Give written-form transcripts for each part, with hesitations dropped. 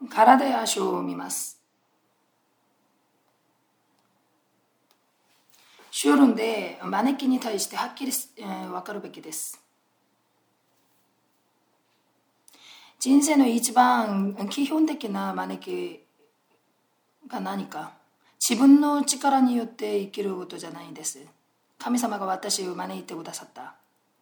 体や足を見ます。修論で招きに対してはっきり分かるべきです。人生の一番基本的な招きが何か、自分の力によって生きることじゃないんです。神様が私を招いてくださった。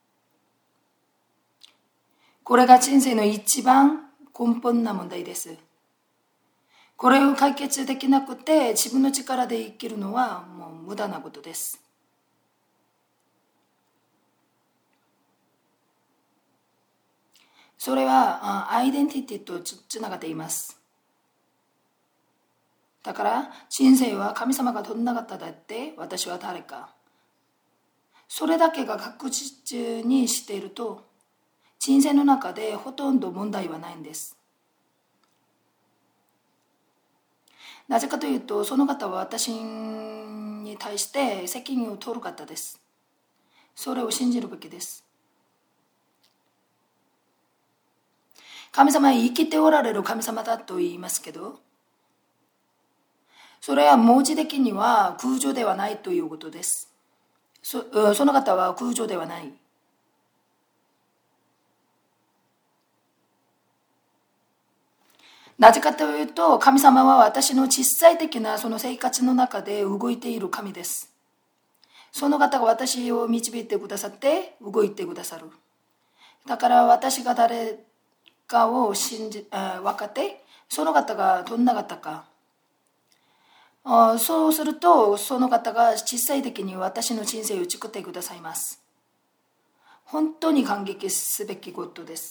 これが人生の一番根本な問題です。これを解決できなくて自分の力で生きるのはもう無駄なことです。それはアイデンティティとつながっています。だから人生は神様がどんな方だって私は誰か、それだけが確実にしていると人生の中でほとんど問題はないんです。なぜかというと、その方は私に対して責任を取る方です。それを信じるべきです。神様は生きておられる神様だと言いますけど、それは文字的には空上ではないということです。その方は空上ではない。なぜかというと、神様は私の実際的なその生活の中で動いている神です。その方が私を導いてくださって動いてくださる。だから私が誰かを分かって、その方がどんな方か、そうするとその方が実際的に私の人生を作ってくださいます。本当に感激すべきことです。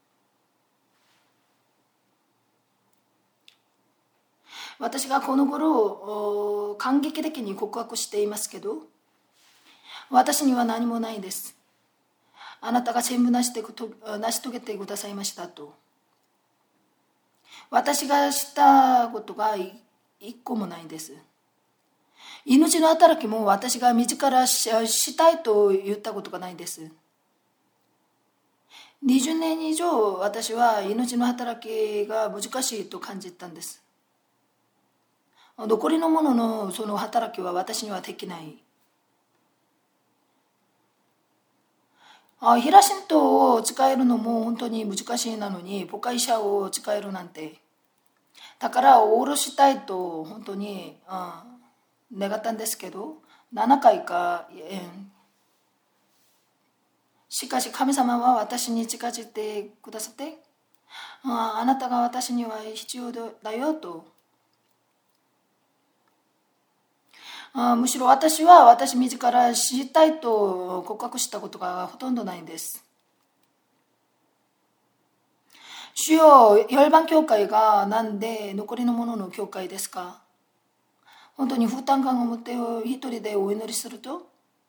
私がこの頃感激的に告白していますけど、私には何もないです。あなたが全部成し遂げてくださいましたと。私がしたことが一個もないんです。命の働きも私が自らしたいと言ったことがないんです。20年以上私は命の働きが難しいと感じたんです。残りのもののその働きは私にはできない。平神道を使えるのも本当に難しいなのに、母会社を使えるなんて。だから下ろしたいと本当に願ったんですけど、7回か、しかし神様は私に近づいてくださって、あなたが私には必要だよと。むしろ私は私自ら知りたいと告白したことがほとんどないんです。主よ、열방教会がなんで残りのものの教会ですか？本当に負担感を持って一人でお祈りすると、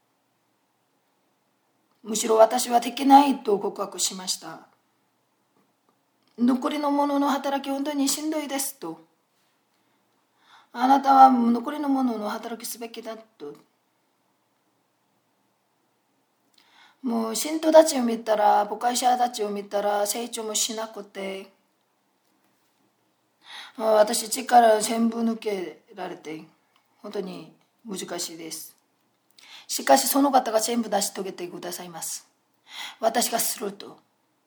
むしろ私はできないと告白しました。残りのものの働き本当にしんどいですと。あなたは残りのものの働きすべきだと。もう信徒たちを見たら、母会者たちを見たら成長もしなくて、私力全部抜けられて本当に難しいです。しかしその方が全部成し遂げてくださいます。私がすると、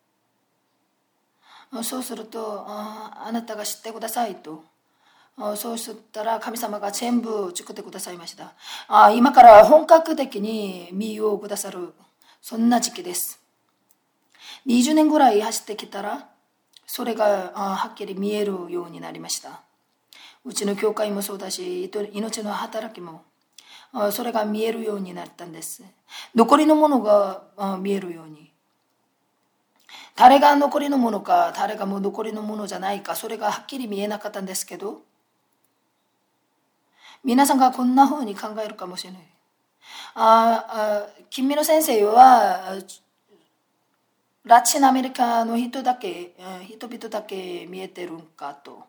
そうするとあなたが知ってくださいと、そうしたら神様が全部作ってくださいました。今から本格的に身をくださる、そんな時期です。20年ぐらい走ってきたらそれがはっきり見えるようになりました。うちの教会もそうだし、命の働きもそれが見えるようになったんです。残りのものが見えるように。誰が残りのものか、誰がもう残りのものじゃないか、それがはっきり見えなかったんですけど、皆さんがこんな風に考えるかもしれない。金美先生はラチンアメリカの人々だけ見えてるんかと。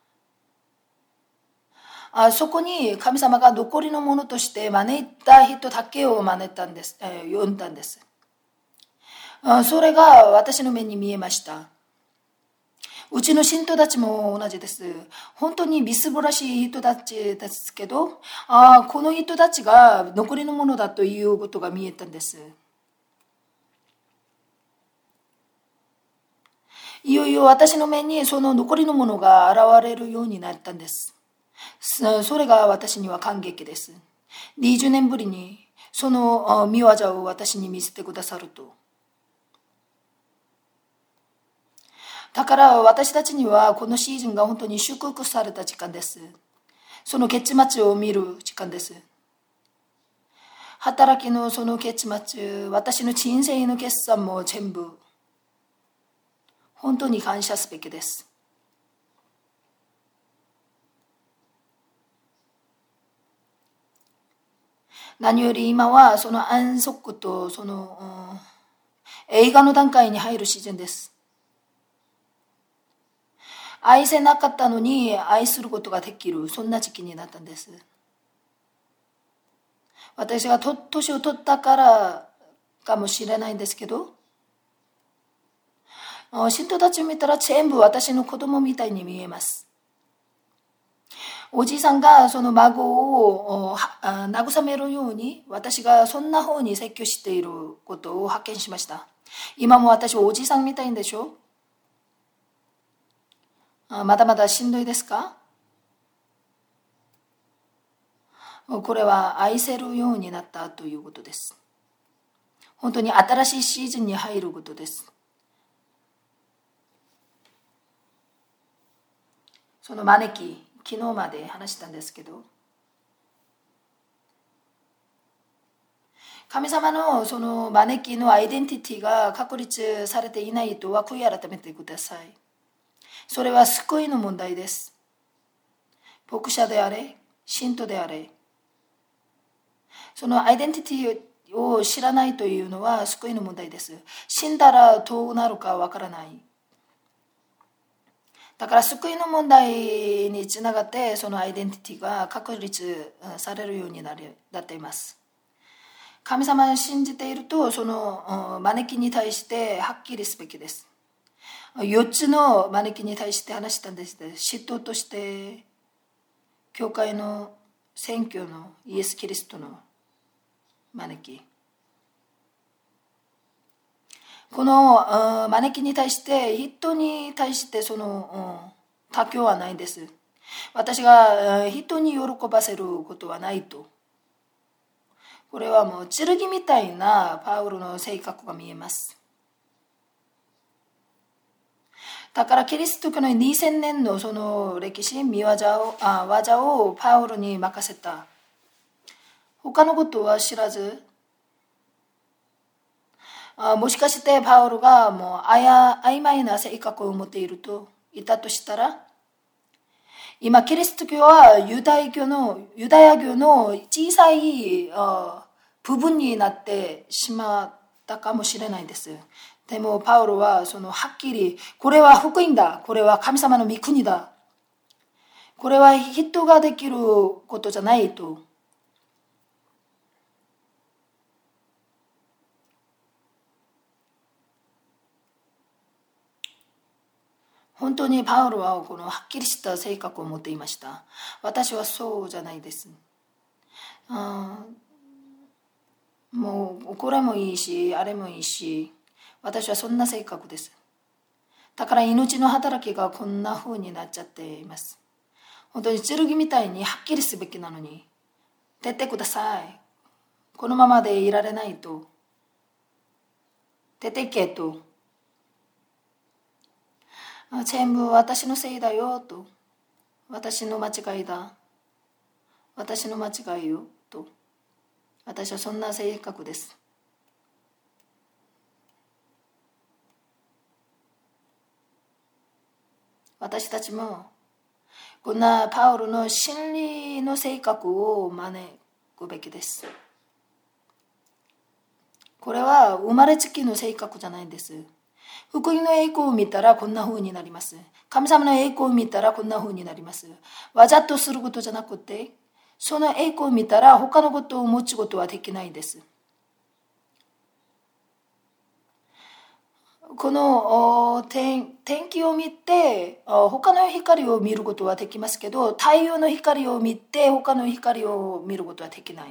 そこに神様が残りのものとして招いた人だけを招いたんです、呼んだんです。それが私の目に見えました。 うちの信徒たちも同じです。本当にみすぼらしい人たちですけど、この人たちが残りのものだということが見えたんです。いよいよ私の目にその残りのものが現れるようになったんです。それが私には感激です。20年ぶりにその見業を私に見せてくださると。だから私たちにはこのシーズンが本当に祝福された時間です。その結末を見る時間です。働きのその結末、私の人生の決算も全部本当に感謝すべきです。何より今はその安息とその映画の段階に入るシーズンです。愛せなかったのに愛することができる、そんな時期になったんです。私が年を取ったからかもしれないんですけど、信徒たちを見たら全部私の子供みたいに見えます。おじさんがその孫を慰めるように私がそんな方に説教していることを発見しました。今も私はおじさんみたいんでしょ。まだまだしんどいですか。これは愛せるようになったということです。本当に新しいシーズンに入ることです。その招き、昨日まで話したんですけど、神様のその招きのアイデンティティが確立されていないとは悔い改めてください。それは救いの問題です。牧者であれ、信徒であれ、そのアイデンティティを知らないというのは救いの問題です。死んだらどうなるかわからない。だから救いの問題につながってそのアイデンティティが確立されるようになっています。神様を信じているとその招きに対してはっきりすべきです。4つの招きに対して話したんです。使徒として教会の選挙のイエス・キリストの招き、この招きに対して人に対してその妥協はないんです。私が人に喜ばせることはないと。これはもう剣みたいなパウロの性格が見えます。だからキリスト教の2000年のその歴史、技をパウロに任せた。他のことは知らず、もしかしてパウロがもう曖昧な性格を持っていたとしたら、今キリスト教はユダヤ教の小さい部分になってしまったかもしれないです。でもパウロはそのはっきり、これは福音だ、これは神様の御国だ、これは人ができることじゃないと。本当にパウロはこのはっきりした性格を持っていました。私はそうじゃないです。もうこれもいいしあれもいいし、私はそんな性格です。だから命の働きがこんな風になっちゃっています。本当に剣みたいにはっきりすべきなのに、出てください、このままでいられないと、出てけと、全部私のせいだよと、私の間違いだ、私の間違いよと、私はそんな性格です。私たちもこんなパウロの真理の性格を招くべきです。これは生まれつきの性格じゃないんです。福音の栄光を見たらこんな風になります。神様の栄光を見たらこんな風になります。わざとすることじゃなくて、その栄光を見たら他のことを持つことはできないんです。 この天気を見て他の光を見ることはできますけど、太陽の光を見て他の光を見ることはできない。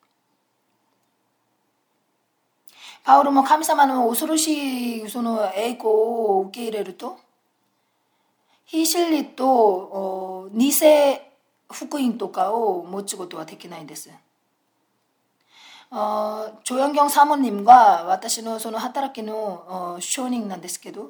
パウロも神様の恐ろしいその栄光を受け入れると、非真理と偽福音とかを持つことはできないんです。조영경 사모님과 私のその働きの証人なんですけど、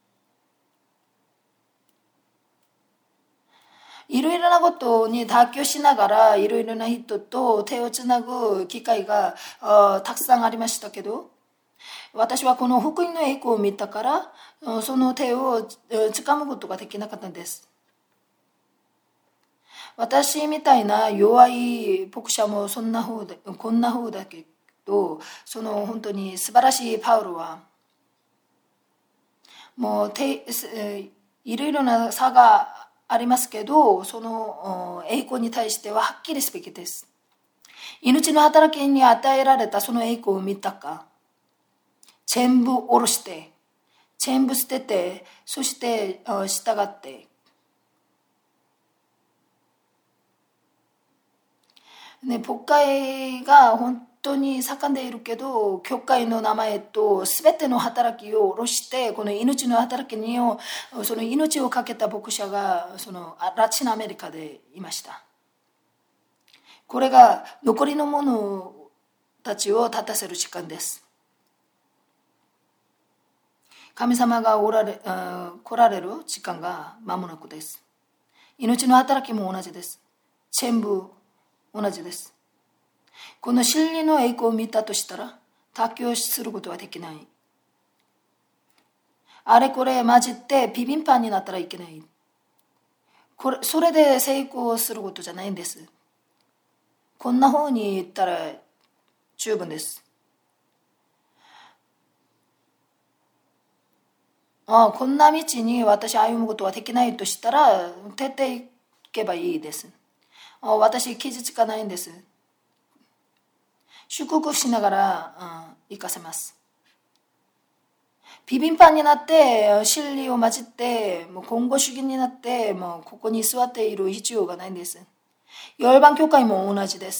いろいろなことに妥協しながらいろいろな人と手をつなぐ機会がたくさんありましたけど、私はこの福音の栄光を見たからその手を掴むことができなかったんです。私みたいな弱い牧者もこんな風だけど、その本当に素晴らしいパウロはもういろいろな差がありますけど、その栄光に対してははっきりすべきです。命の働きに与えられたその栄光を見たか、全部下ろして全部捨てて、そして従ってね、牧会が本当に盛んでいるけど、教会の名前と全ての働きを下ろして、この命の働きにその命をかけた牧者がそのラチンアメリカでいました。これが残りの者たちを立たせる時間です。神様が来られる時間が間もなくです。命の働きも同じです。全部同じです。この真理の栄光を見たとしたら妥協することはできない。あれこれ混じってビビンパンになったらいけない。それで成功することじゃないんです。こんな風に言ったら十分です。こんな道に私歩むことはできないとしたら徹底いけばいいです。私傷つかないんです。祝福しながら生かせます。ビビンパンになって真理を混じってもう今後主義になってもうここに座っている必要がないんです。열방教会も同じです。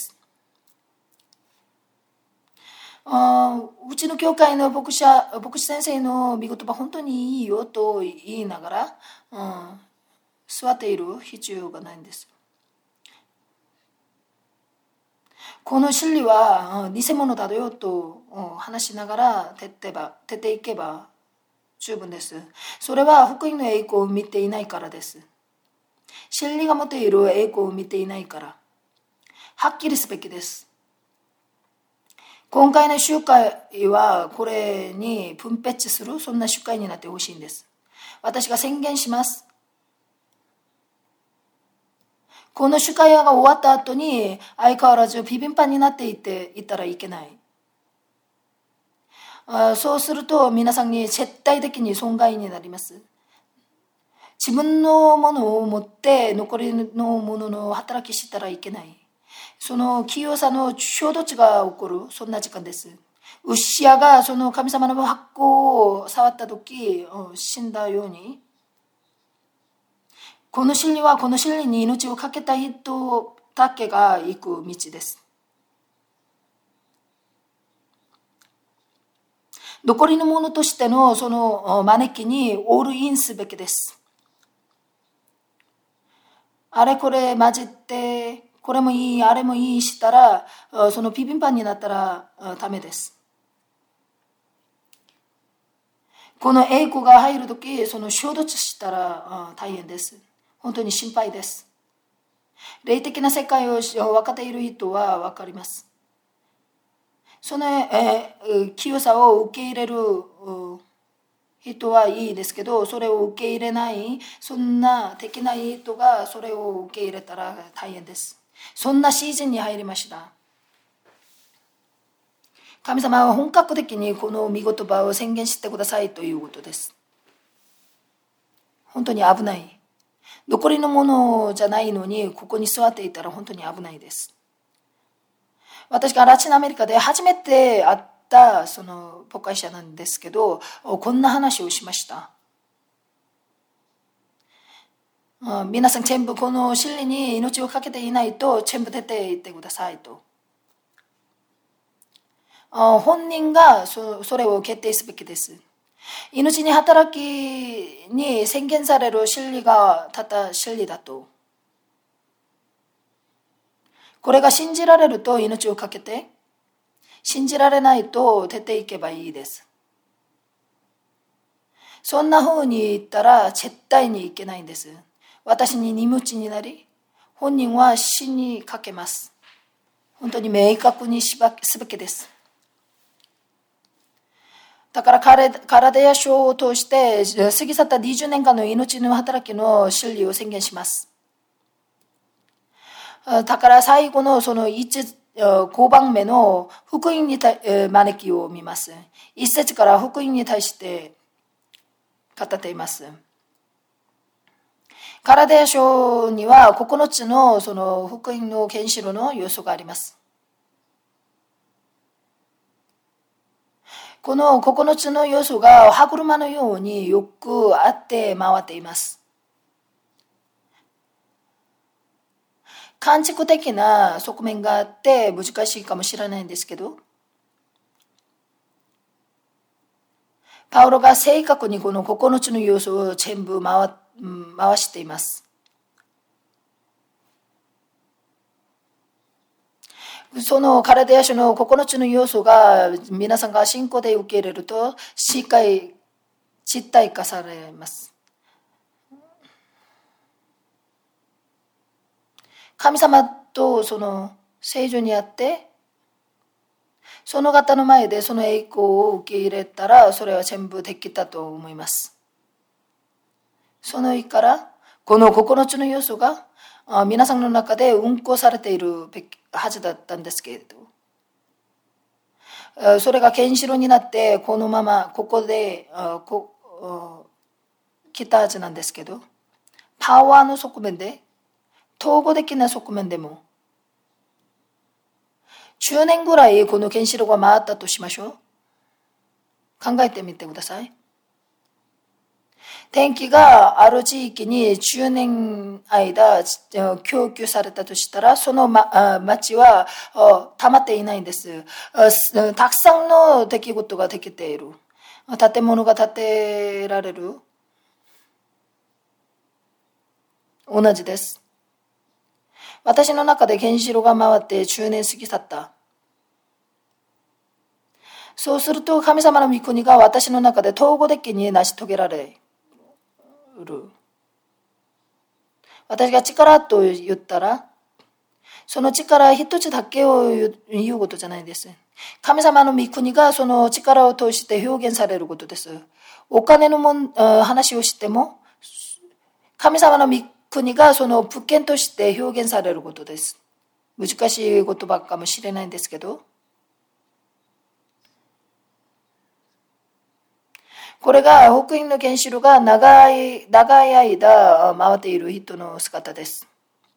うちの教会の牧師先生の御言葉本当にいいよと言いながら、座っている必要がないんです。この真理は偽物だよと話しながら徹底いけば十分です。それは福音の栄光を見ていないからです。真理が持っている栄光を見ていないから、はっきりすべきです。今回の集会はこれに分別する、そんな集会になってほしいんです。私が宣言します。この集会が終わった後に相変わらずビビンパンになっていたらいけない。そうすると皆さんに絶対的に損害になります。自分のものを持って残りのものの働きしたらいけない。その器用さの衝突が起こる、そんな時間です。ウシアがその神様の発酵を触った時死んだように、この真理はこの真理に命を懸けた人だけが行く道です。残りのものとしてのその招きにオールインすべきです。あれこれ混じってこれもいいあれもいいしたらそのビビンパンになったらダメです。この栄光が入るときその衝突したら大変です。本当に心配です。霊的な世界を分かっている人は分かります。その清さを受け入れる人はいいですけど、それを受け入れないそんなできない人がそれを受け入れたら大変です。そんなシーズンに入りました。神様は本格的にこの御言葉を宣言してくださいということです。本当に危ない。残りのものじゃないのにここに座っていたら本当に危ないです。私がラチンアメリカで初めて会っったその牧会者なんですけど、こんな話をしました。皆さん全部この真理に命をかけていないと全部出ていってくださいと。本人がそれを決定すべきです。命に働きに宣言される真理がただ真理だと。これが信じられると命をかけて、信じられないと出ていけばいいです。そんな風に言ったら絶対にいけないんです。私に荷物になり、本人は死にかけます。本当に明確にすべきです。だからカラデヤ書を通して過ぎ去った20年間の命の働きの真理を宣言します。だから最後のその5番目の福音に招きを見ます。一節から福音に対して語っています。カラデヤ書には9つのその福音の原子炉の要素があります。この9つの要素が歯車のようによくあって回っています。感触的な側面があって難しいかもしれないんですけど、パウロが正確にこの9つの要素を全部回しています。そのカラデヤ書の9つの要素が皆さんが信仰で受け入れると実体化されます。神様とその聖女にあってその方の前でその栄光を受け入れたらそれは全部できたと思います。その意からこの9つの要素が皆さんの中で運行されているはずだったんですけれど、それが原子炉になってこのままここで来たはずなんですけど、パワーの側面で統合的な側面でも10年ぐらいこの原子炉が回ったとしましょう。考えてみてください。電気がある地域に10年間供給されたとしたら、その町は溜まっていないんです。たくさんの出来事ができている。建物が建てられる。同じです。私の中で原子炉が回って10年過ぎ去った。そうすると神様の御国が私の中で統合的に成し遂げられる。私が力と言ったら、その力一つだけを言うことじゃないです。神様の御国がその力を通して表現されることです。お金の話をしても、神様の御国がその物件として表現されることです。難しい言葉かもしれないんですけど、これが福音の原子炉が長い間回っている人の姿です。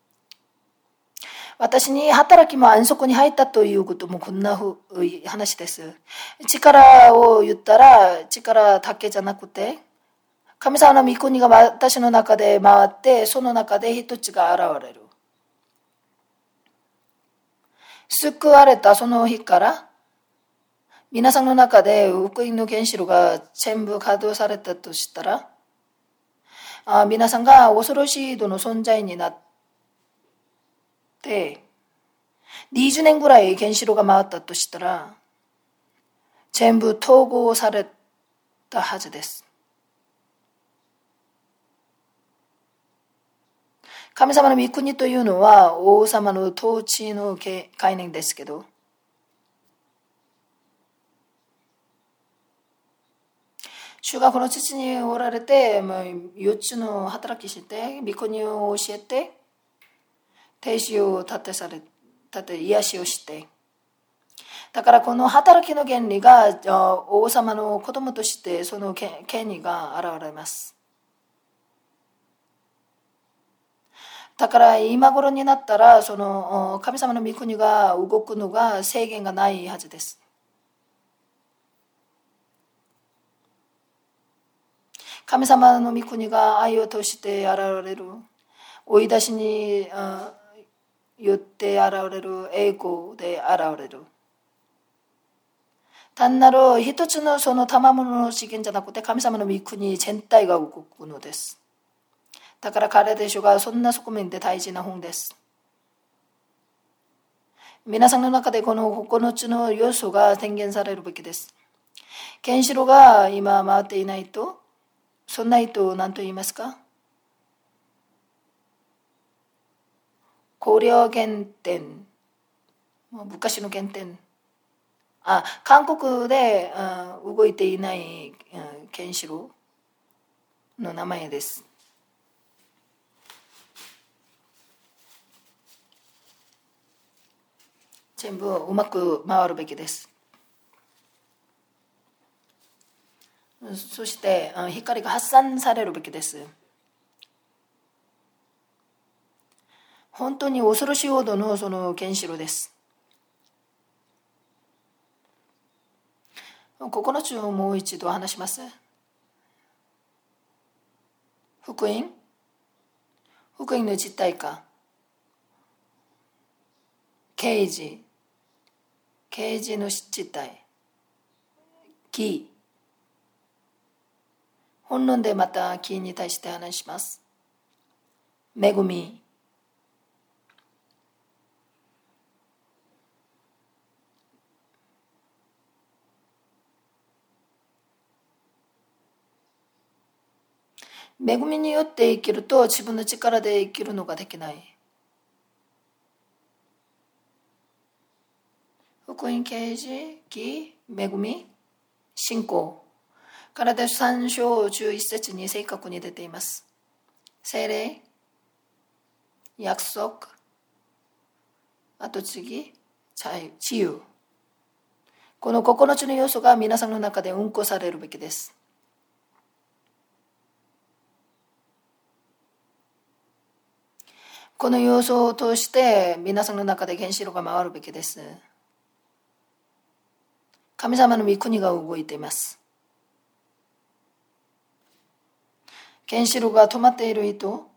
私に働きも安息に入ったということもこんな話です。力を言ったら力だけじゃなくて、神様の御国が私の中で回って、その中で一つが現れる。救われたその日から皆さんの中で福音の原子炉が全部稼働されたとしたら、皆さんが恐ろしい人の存在になって20年ぐらい原子炉が回ったとしたら全部統合されたはずです。神様の御国というのは王様の統治の概念ですけど、主がこの父におられて、4つの働きして、御国を教えて、定子を立て癒しをして、だからこの働きの原理が王様の子供としてその権利が現れます。だから今頃になったらその神様の御国が動くのが制限がないはずです。 神様の御国が愛を通して現れる、追い出しによって現れる、栄光で現れる。単なる一つのその賜物の資源じゃなくて神様の御国全体が動くのです。だからカレデ書がそんな側面で大事な本です。皆さんの中でこの9つの要素が宣言されるべきです。原子炉が今回っていないと、そんな人を何と言いますか？高陵原点、昔の原点、韓国で動いていない原子炉の名前です。全部うまく回るべきです。そして光が発散されるべきです。本当に恐ろしいほどのその原子炉です。9つをもう一度話します。福音の実体化、啓示の実体、義、本論でまた義に対して話します。恵み、恵みによって生きると自分の力で生きるのができない。福音、啓示、義、恵み、信仰。ガラテヤ書3章11節に正確に出ています。聖霊、約束、あと次、自由。この9つの要素が皆さんの中で運行されるべきです。この要素を通して皆さんの中で原子炉が回るべきです。神様の御国が動いています。原子炉が止まっている人、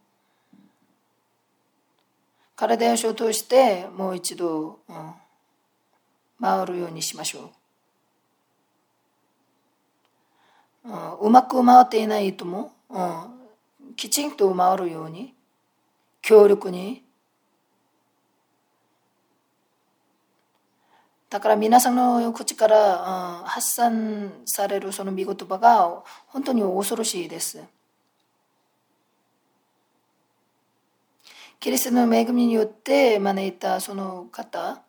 ガラテヤ書を通してもう一度、回るようにしましょう。うまく回っていない人も、きちんと回るように強力に。だから皆さんの口から発散されるその御言葉が本当に恐ろしいです。キリストの恵みによって招いたその方、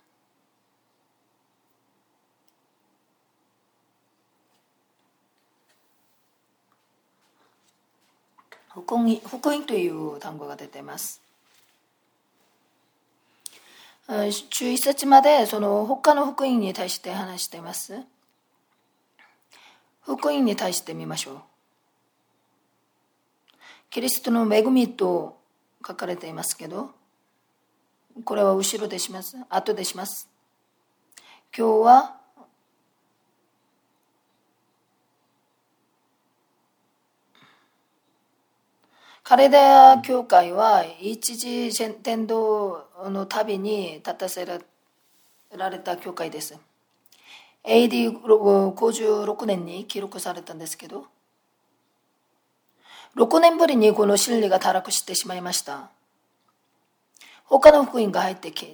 福音という単語が出ています。11節までその他の福音に対して話しています。福音に対して見ましょう。キリストの恵みと書かれていますけど、これは後ろでします。後でします。今日はカレデア教会は一時伝道の旅に立たせられた教会です。AD56 年に記録されたんですけど、6年ぶりにこの真理が堕落してしまいました。他の福音が入ってきて、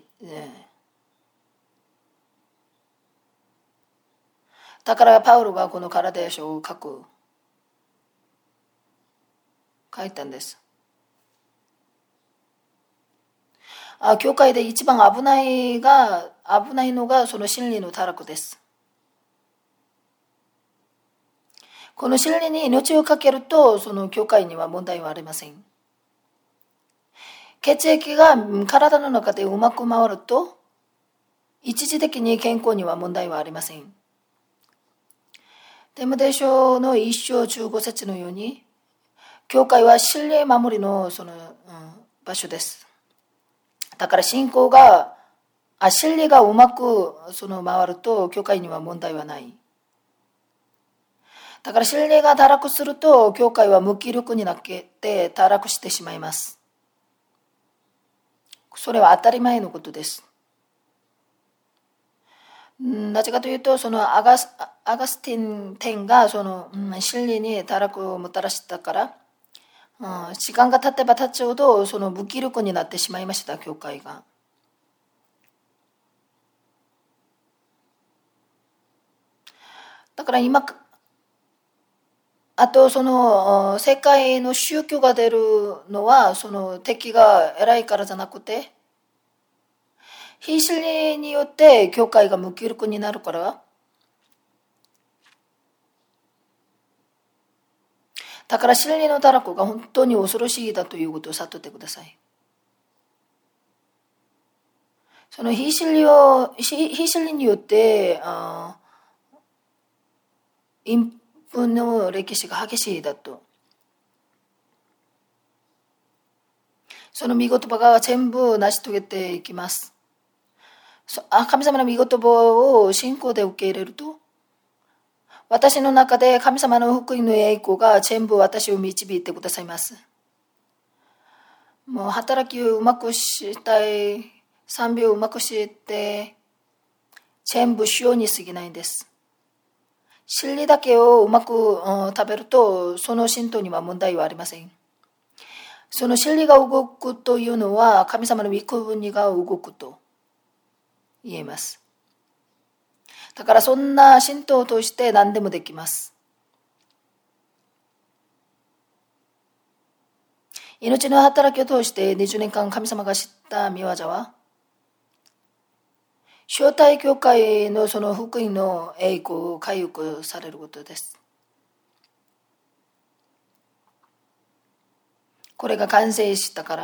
だからパウロがこのガラテヤ書を書いたんです。教会で一番危ないのがその真理の堕落です。この真理に命をかけるとその教会には問題はありません。血液が体の中でうまく回ると一時的に健康には問題はありません。テモテ書の1章15節のように教会は真理守りのその、場所です。だから真理がうまくその回ると教会には問題はない。 だから真理が堕落すると、教会は無気力になって堕落してしまいます。それは当たり前のことです。なぜかというと、そのアガスティン天がその真理に堕落をもたらしたから、時間が経てば経つほどその無気力になってしまいました、教会が。だから今、あとその世界の宗教が出るのはその敵が偉いからじゃなくて、非真理によって教会が無気力になるから。だから真理の堕落が本当に恐ろしいだということを悟ってください。その非真理によって陰憤の歴史が激しいだと。その御言葉が全部成し遂げていきます。神様の御言葉を信仰で受け入れると、私の中で神様の福音の栄光が全部私を導いてくださいます。もう働きをうまくしたい、賛美をうまくして全部塩に過ぎないんです。真理だけをうまく食べるとその信徒には問題はありません。その真理が動くというのは神様の御国が動くと言えます。だからそんな信徒を通して何でもできます。命の働きを通して20年間神様が知った御業は、招待教会のその福音の栄光を回復されることです。これが完成したから、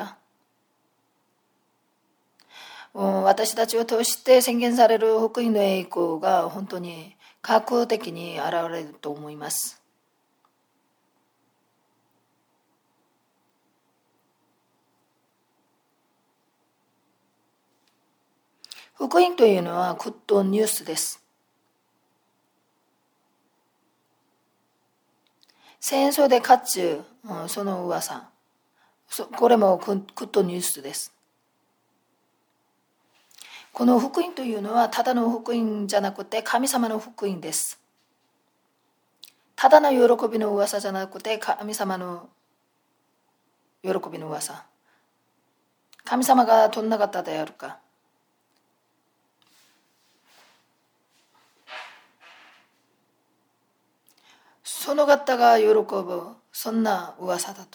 私たちを通して宣言される福音の栄光が本当に科学的に現れると思います。福音というのはグッドニュースです。戦争で勝つその噂、これもグッドニュースです。この福音というのはただの福音じゃなくて神様の福音です。ただの喜びの噂じゃなくて神様の喜びの噂。神様がどんな方であるか。その方が喜ぶ、そんな噂だと。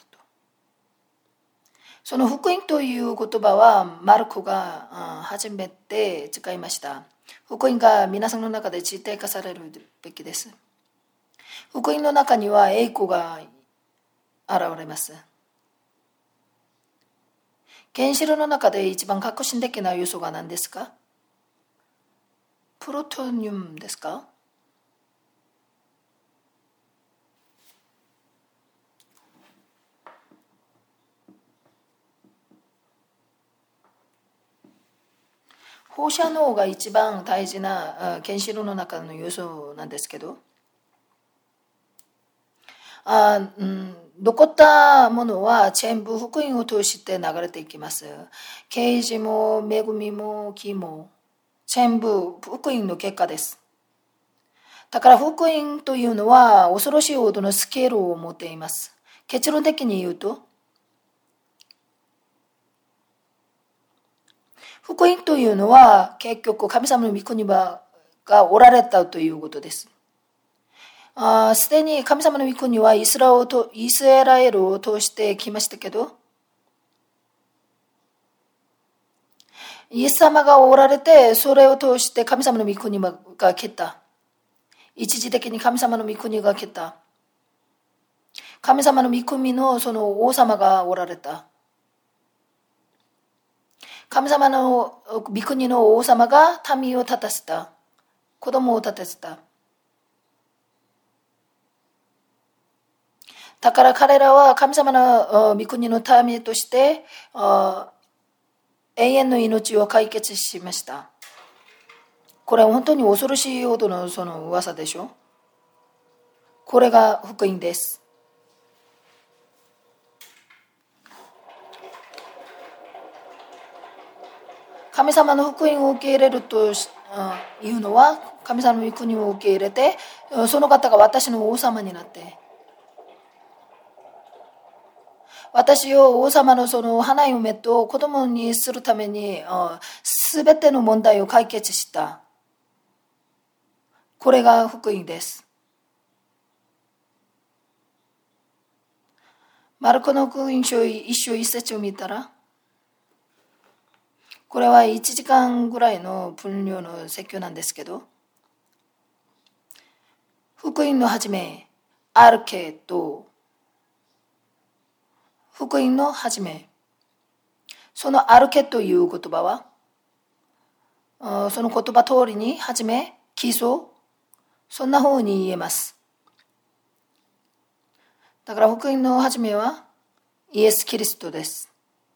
その福音という言葉はマルコが初めて使いました。福音が皆さんの中で実体化されるべきです。福音の中には栄光が現れます。原子炉の中で一番革新的な要素が何ですか？プロトニウムですか？放射能が一番大事な原子炉の中の要素なんですけど、残ったものは全部福音を通して流れていきます。啓示も恵みも義も全部福音の結果です。だから福音というのは恐ろしいほどのスケールを持っています。結論的に言うと、福音というのは結局神様の御国がおられたということです。すでに神様の御国はイスラエルを通してきましたけど、イエス様がおられてそれを通して神様の御国が来た。一時的に神様の御国が来た。神様の御国のその王様がおられた。神様の御国の王様が民を立たせた。子供を立たせた。だから彼らは神様の御国の民として永遠の命を解決しました。これは本当に恐ろしいほどのその噂でしょ。 これが福音です。神様の福音を受け入れるというのは、神様の国を受け入れて、その方が私の王様になって、私を王様のその花嫁と子供にするためにすべての問題を解決した。これが福音です。マルコの福音書一章一節を見たら、これは1時間ぐらいの分量の説教なんですけど、福音の始め、アルケと福音の始め、そのアルケという言葉は、その言葉通りに始め、基礎、そんな風に言えます。だから福音の始めはイエス・キリストです。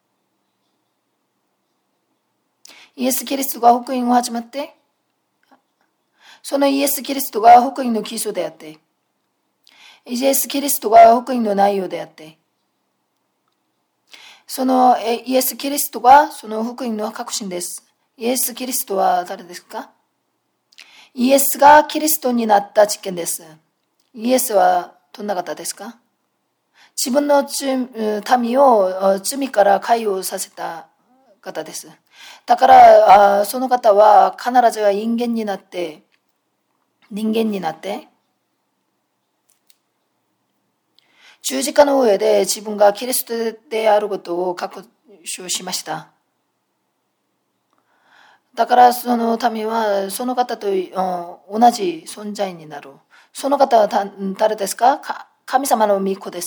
イエス・キリストが福音を始まって、そのイエス・キリストが福音の基礎であって、イエス・キリストが福音の内容であって、そのイエス・キリストがその福音の核心です。イエス・キリストは誰ですか？イエスがキリストになった実験です。イエスはどんな方ですか？自分の民を罪から解放させた方です。だからその方は必ずは人間になって十字架の上で自分がキリストであることを確証しました。だからその民はその方と同じ存在になる。その方は誰ですか？神様の御子です。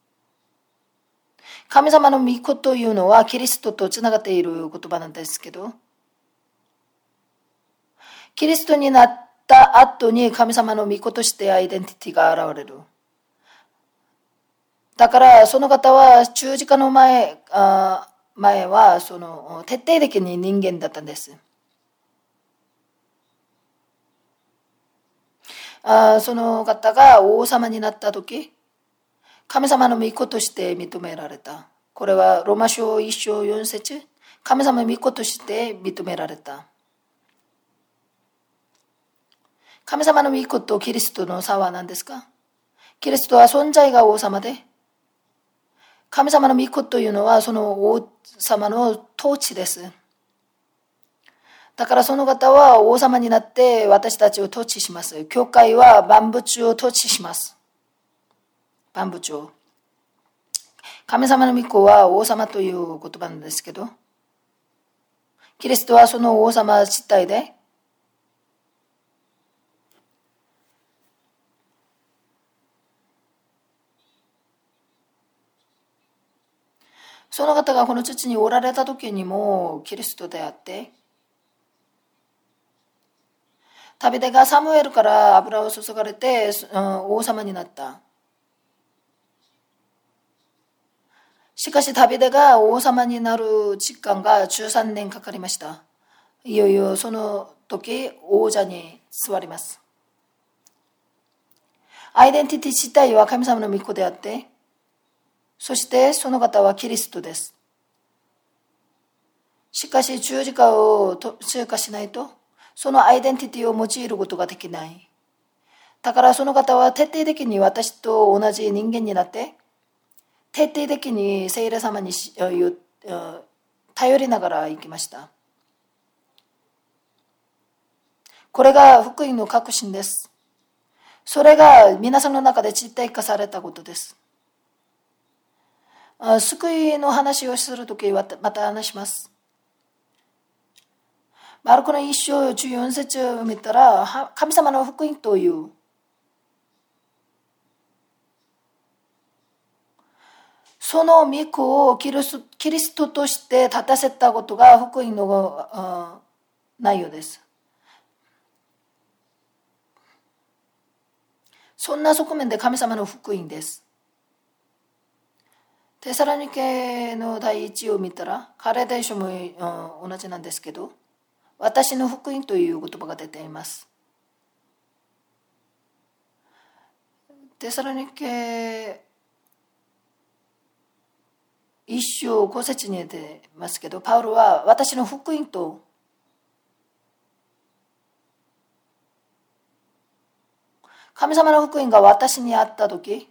神様の御子というのはキリストとつながっている言葉なんですけど、キリストになった後に神様の御子としてアイデンティティが現れる。だからその方は十字架の前はその徹底的に人間だったんです。その方が王様になった時、神様の御子として認められた。これはローマ書1章4節、神様の御子として認められた。神様の御子とキリストの差は何ですか？キリストは存在が王様で、神様の御子というのはその王様の統治です。だからその方は王様になって私たちを統治します。教会は万物を統治します。万物を。神様の御子は王様という言葉なんですけど、キリストはその王様自体で、その方がこの土におられた時にもキリストであって、ダビデがサムエルから油を注がれて王様になった。しかしダビデが王様になる時間が13年かかりました。いよいよその時王座に座ります。アイデンティティ自体は神様の御子であって、そしてその方はキリストです。しかし十字架を通過しないと、そのアイデンティティを用いることができない。だからその方は徹底的に私と同じ人間になって、徹底的に聖霊様に頼りながら生きました。これが福音の核心です。それが皆さんの中で実体化されたことです。救いの話をするときはまた話します。マルコの一章14節を見たら、神様の福音というその御子をキリストとして立たせたことが福音の内容です。そんな側面で神様の福音です。テサロニケの第一を見たら、カレデー書も同じなんですけど、私の福音という言葉が出ています。 テサロニケ一章5節に出てますけど、パウロは私の福音と神様の福音が私にあったとき、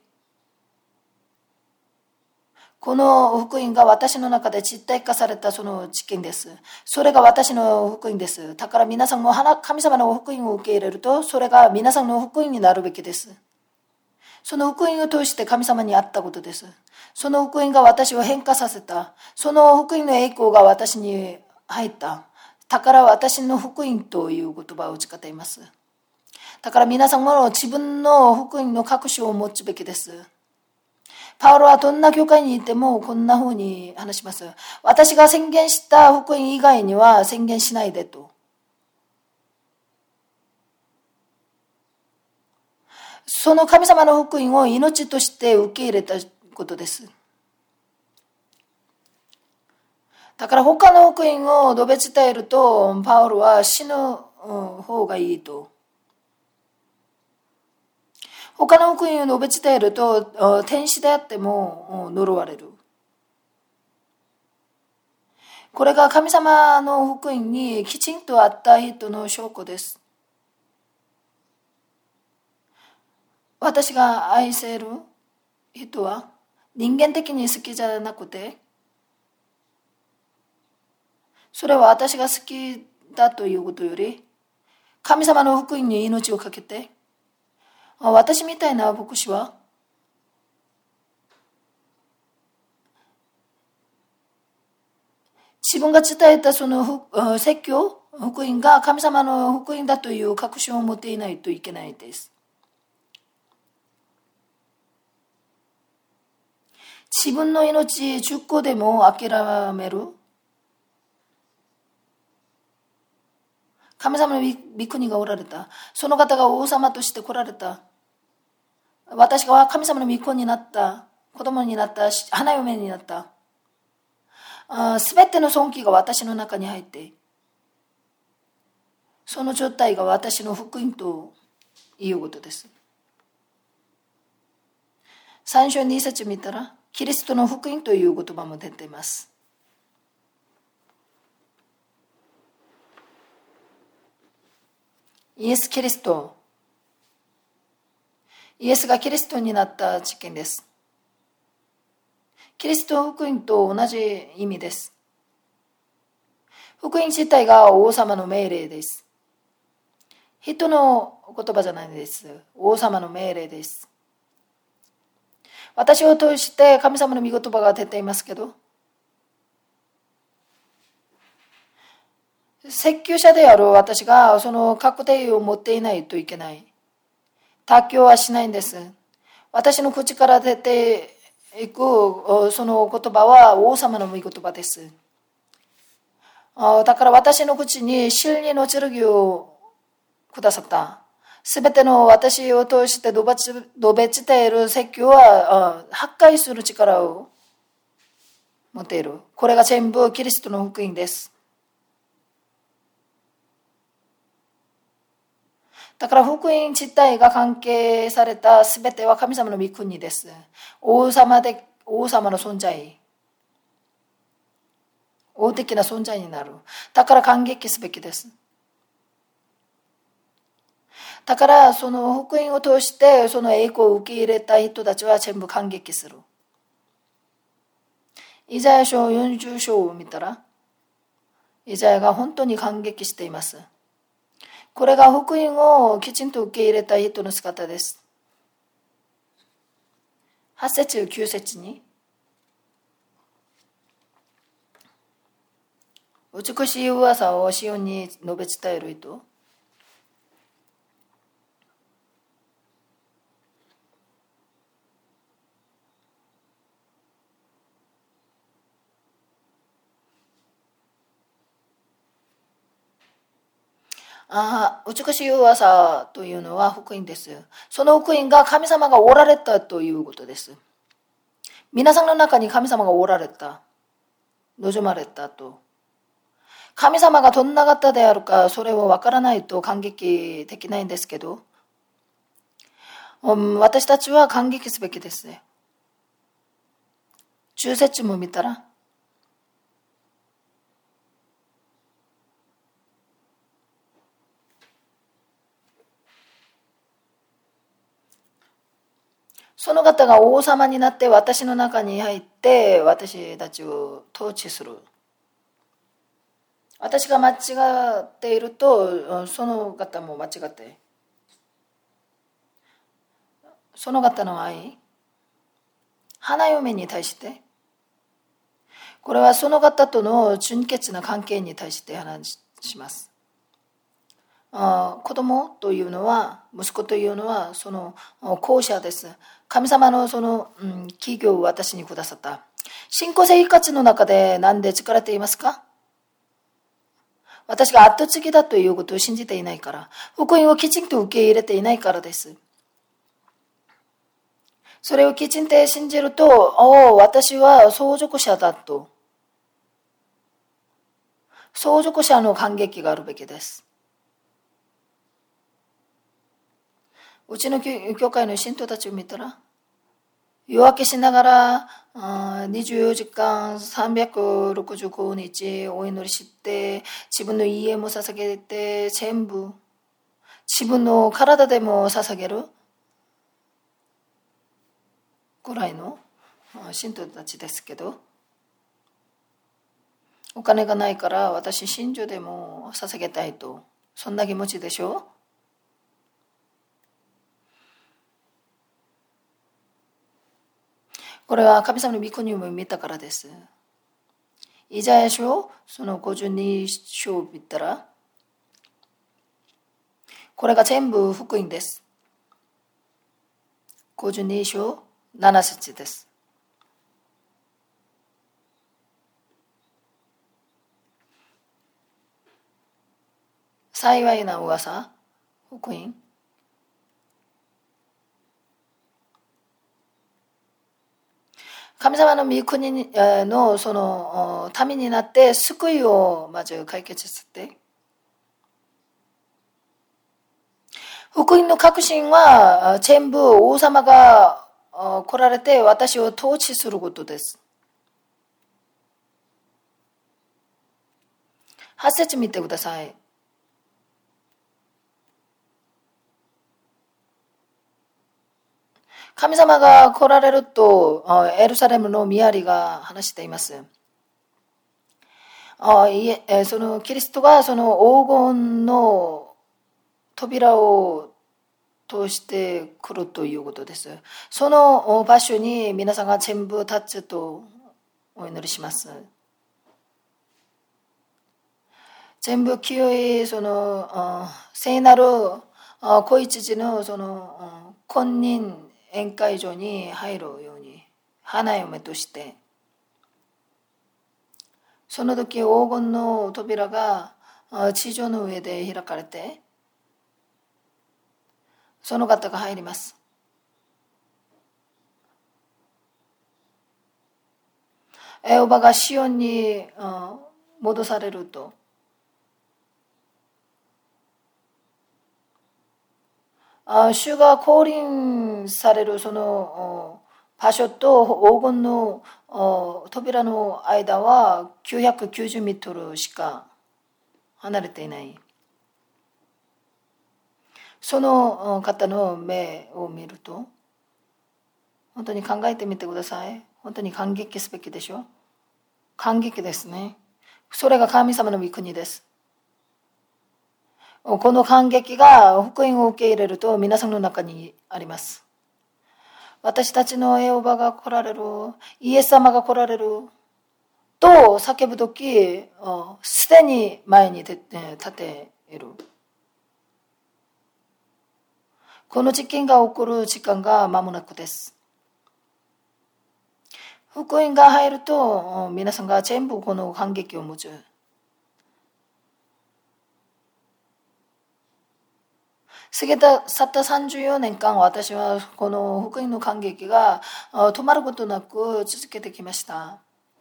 この福音が私の中で実体化されたその知見です。それが私の福音です。だから皆さんも神様の福音を受け入れると、それが皆さんの福音になるべきです。その福音を通して神様に会ったことです。その福音が私を変化させた。その福音の栄光が私に入った。だから私の福音という言葉を使っています。だから皆さんも自分の福音の確証を持つべきです。パウロはどんな教会にいてもこんな風に話します。私が宣言した福音以外には宣言しないでと。その神様の福音を命として受け入れたことです。だから他の福音を述べ伝えると、パウロは死ぬ方がいいと。他の福音を述べ伝えると、天使であっても呪われる。これが神様の福音にきちんとあった人の証拠です。私が愛せる人は人間的に好きじゃなくて、それは私が好きだということより、神様の福音に命をかけて、私みたいな牧師は自分が伝えたその説教、福音が神様の福音だという確信を持っていないといけないです。自分の命10個でも諦める。神様の御国がおられた。その方が王様として来られた。私が神様の御子になった。子供になった。花嫁になった。すべての尊貴が私の中に入って、その状態が私の福音ということです。3章2節見たら、キリストの福音という言葉も出ています。イエス・キリスト。イエスがキリストになった事件です。キリスト福音と同じ意味です。福音自体が王様の命令です。人の言葉じゃないです。王様の命令です。私を通して神様の御言葉が出ていますけど、説教者である私がその確定を持っていないといけない。妥協はしないんです。私の口から出ていくその言葉は王様の御言葉です。だから私の口に真理の剣をくださった。すべての私を通して述べ伝える説教は破壊する力を持っている。これが全部キリストの福音です。だから福音自体が関係されたすべては神様の御国です。王様の存在。王的な存在になる。だから感激すべきです。だからその福音を通してその栄光を受け入れた人たちは全部感激する。イザヤ書40章を見たら、イザヤが本当に感激しています。これが福音をきちんと受け入れた人の姿です。8節9節に、美しい噂をシオンに述べ伝える人。美しい噂というのは福音です。その福音が神様がおられたということです。皆さんの中に神様がおられた、望まれたと。神様がどんな方であるかそれをわからないと感激できないんですけど、 私たちは感激すべきですね。10節も見たら、その方が王様になって私の中に入って私たちを統治する。私が間違っているとその方も間違って、その方の愛、花嫁に対して、これはその方との純潔な関係に対して話します。子供というのは、息子というのはその後者です。神様のその企業を私にくださった。信仰生活の中で何で疲れていますか？私が後継ぎだということを信じていないから、福音をきちんと受け入れていないからです。それをきちんと信じると、私は相続者だと。相続者の感激があるべきです。うちの教会の信徒たちを見たら、夜明けしながら24時間365日お祈りして、自分の家も捧げて、全部自分の体でも捧げるぐらいの信徒たちですけど、お金がないから私信者でも捧げたいと、そんな気持ちでしょ。これは神様の御国を見たからです。イザヤ書その52章を見たら、これが全部福音です。52章7節です。幸いな噂、福音。神様の御国のその民になって救いをまず解決して、福音の確信は全部王様が来られて私を統治することです。8節見てください。神様が来られるとエルサレムのミアリが話しています。そのキリストがその黄金の扉を通して来るということです。その場所に皆さんが全部立つとお祈りします。全部清いその聖なる子羊のその婚姻宴会場に入るように、花嫁として、その時黄金の扉が地上の上で開かれて、その方が入ります。エホバがシオンに戻されると、主が降臨されるその場所と黄金の扉の間は990メートルしか離れていない。その方の目を見ると、本当に考えてみてください。本当に感激すべきでしょ。感激ですね。それが神様の御国です。この感激が福音を受け入れると皆さんの中にあります。私たちのエホバが来られる、イエス様が来られると叫ぶとき、すでに前に立っている。この事件が起こる時間が間もなくです。福音が入ると皆さんが全部この感激を持つ。去った34年間、私はこの福音の感激が止まることなく続けてきました。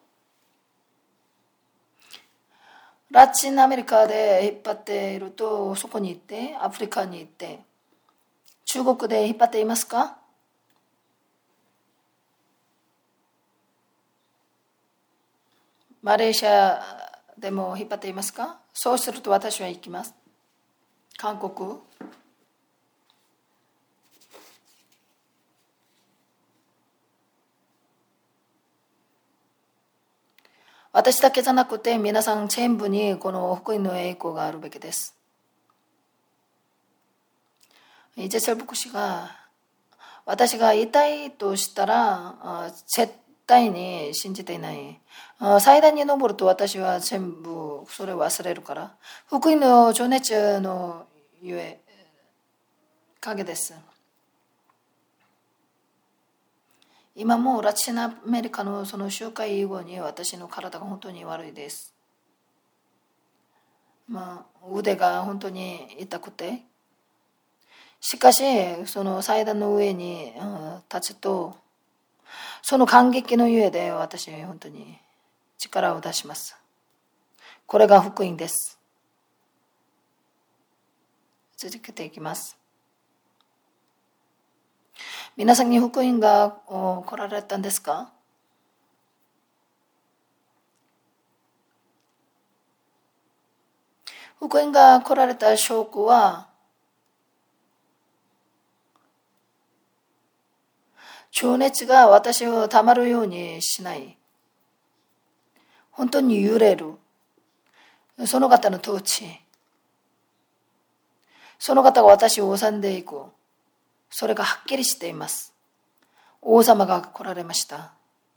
ラチンアメリカで引っ張っていると、そこに行って、アフリカに行って、 中国で引っ張っていますか？マレーシアでも引っ張っていますか？そうすると私は行きます。韓国、私だけじゃなくて皆さん全部にこの福音の栄光があるべきです。イジェセル牧師が私が言いたいとしたら絶対に信じていない。祭壇に登ると私は全部それを忘れるから。福音の情熱のゆえ影です。今もラチンアメリカのその集会以後に私の体が本当に悪いです。腕が本当に痛くて。しかし、その祭壇の上に立つと、その感激のゆえで私は本当に力を出します。これが福音です。続けていきます。皆さんに福音が来られたんですか？福音が来られた証拠は、情熱が私をたまるようにしない。本当に揺れる。その方の統治。その方が私を治んでいく。それがはっきりしています。王様が来られました。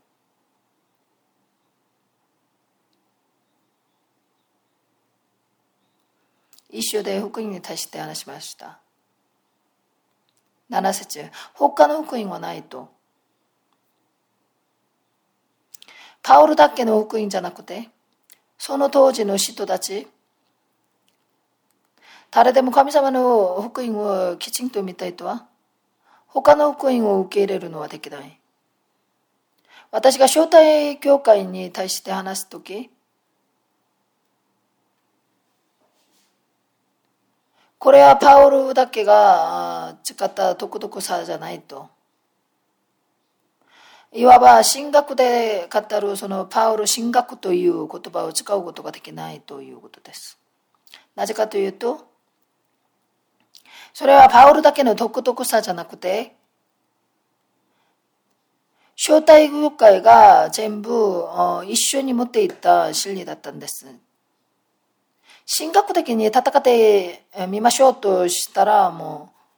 一緒で福音に対して話しました。7節、他の福音はないと。パウルだけの福音じゃなくて、その当時の人たち、誰でも神様の福音をきちんと見たいとは、他の福音を受け入れるのはできない。私が招待教会に対して話すとき、これはパウルだけが使った独特さじゃないと。いわば神学で語るそのパウル神学という言葉を使うことができないということです。なぜかというと、それはパウルだけの独特さじゃなくて、招待教会が全部一緒に持っていった真理だったんです。神学的に戦ってみましょうとしたらもう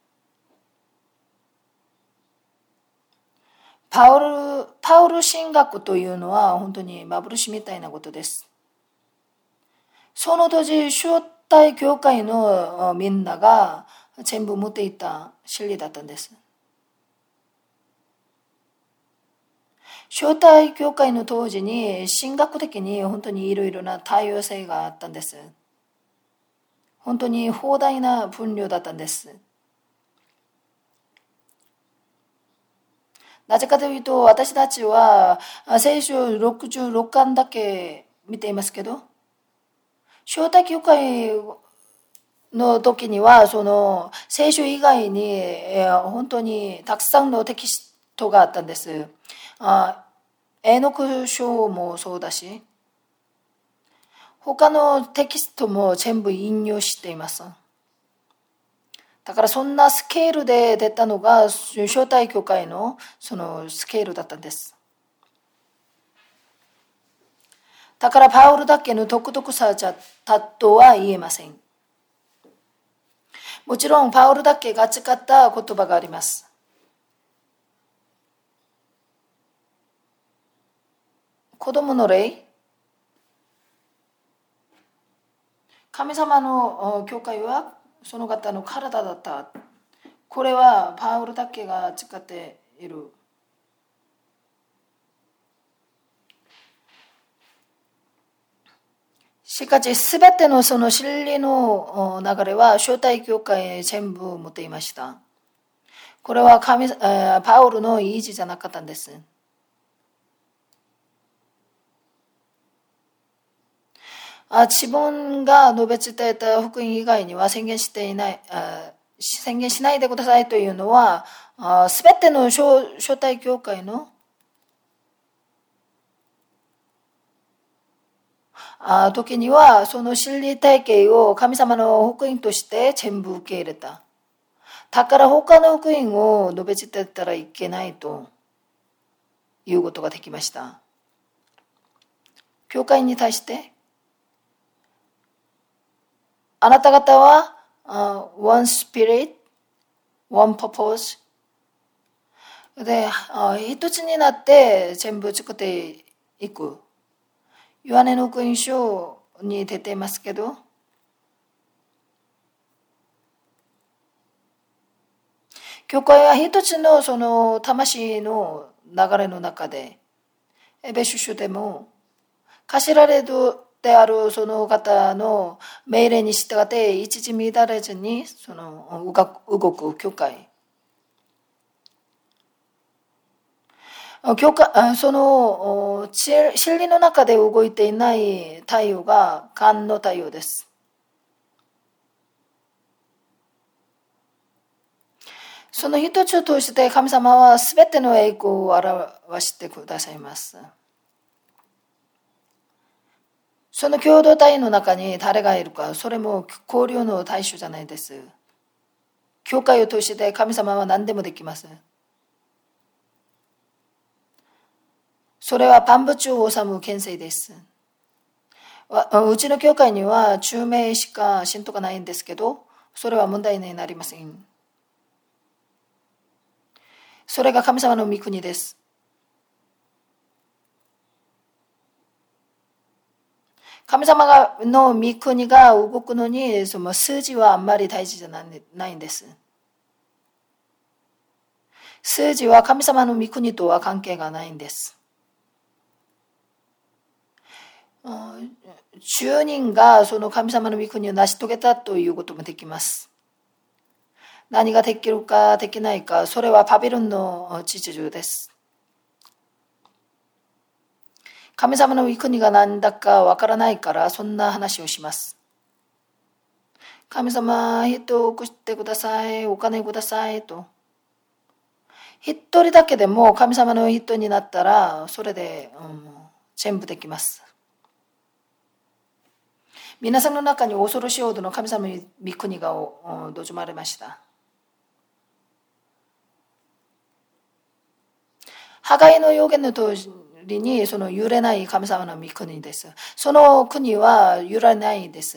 パウル神学というのは本当に幻みたいなことです。その当時招待教会のみんなが全部持っていた真理だったんです。招待教会の当時に神学的に本当にいろいろな多様性があったんです。本当に広大な分量だったんです。なぜかというと、私たちは聖書66巻だけ見ていますけど、招待教会の時には、その聖書以外に本当にたくさんのテキストがあったんです。エノク書もそうだし、他のテキストも全部引用しています。だからそんなスケールで出たのが招待教会のそのスケールだったんです。だからパウルだけの独特さじゃったとは言えません。もちろんパウルだけが使った言葉があります。子供の霊、神様の教会はその方の体だった。これはパウルだけが使っている。しかし、すべてのその真理の流れは招待教会へ全部持っていました。これはパウルの意地じゃなかったんです。自分が述べ伝えた福音以外には宣言していない、 宣言しないでくださいというのは、すべての初代教会の時には、その真理体系を神様の福音として全部受け入れた。だから他の福音を述べ伝えたらいけないということができました。教会に対して、あなた方は、one spirit, one purpose で、一つになって全部作っていく。ヨハネの福音書に出てますけど、教会は一つのその魂の流れの中で、エベシュ書でも、課せられであるその方の命令に従って一時乱れずにその動く教会。その真理の中で動いていない太陽が間の太陽です。その一つを通して神様はすべての栄光を表してくださいます。その共同体の中に誰がいるか、それも交流の対象じゃないです。教会を通して神様は何でもできます。それは万物を治む権勢です。うちの教会には中名しか信徒がないんですけど、それは問題になりません。それが神様の御国です。神様の御国が動くのに、その数字はあんまり大事じゃないんです。数字は神様の御国とは関係がないんです。10人がその神様の御国を成し遂げたということもできます。何ができるかできないか、それはバビロンの秩序です。神様の御国が何だかわからないからそんな話をします。神様、人を送ってください、お金くださいと。一人だけでも神様の人になったらそれで、全部できます。皆さんの中に恐ろしいほどの神様の御国が望まれました。ハガイの予言の通りにその揺れない神様の御国です。その国は揺れないです。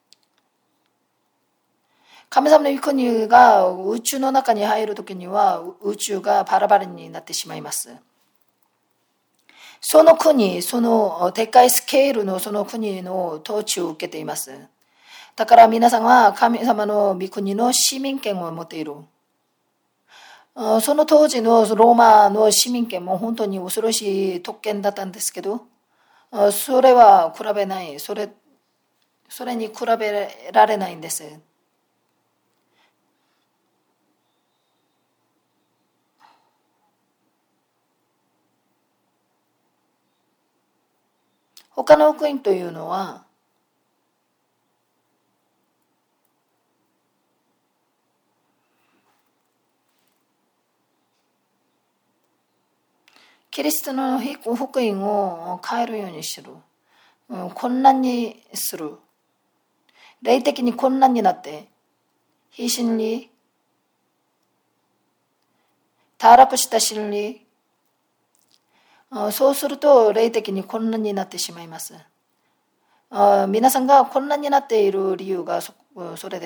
神様の御国が宇宙の中に入るときには宇宙がバラバラになってしまいます。その国、そのでかいスケールのその国の統治を受けています。だから皆さんは神様の御国の市民権を持っている。その当時のローマの市民権も本当に恐ろしい特権だったんですけど、それは比べない。それに比べられないんです。他の福音というのは、キリストの福音を変えるようにする。困難にする。霊的に困難になって、非真理、堕落した真理、そうすると霊的に困難になってしまいます。皆さんが困難になっている理由がそれです。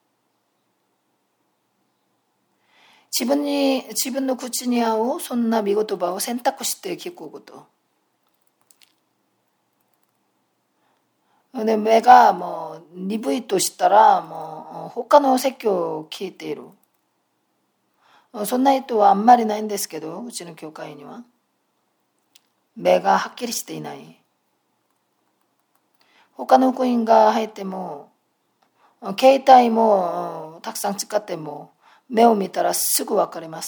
自分の口に合うそんな見言葉を選択して聞くこと。で、目がもう鈍いとしたらもう他の説教を聞いている。そんな人はあんまりないんですけど、うちの教会には。目がはっきりしていない。他の福音が入っても、携帯もたくさん使っても、目を見たらすぐ分かります。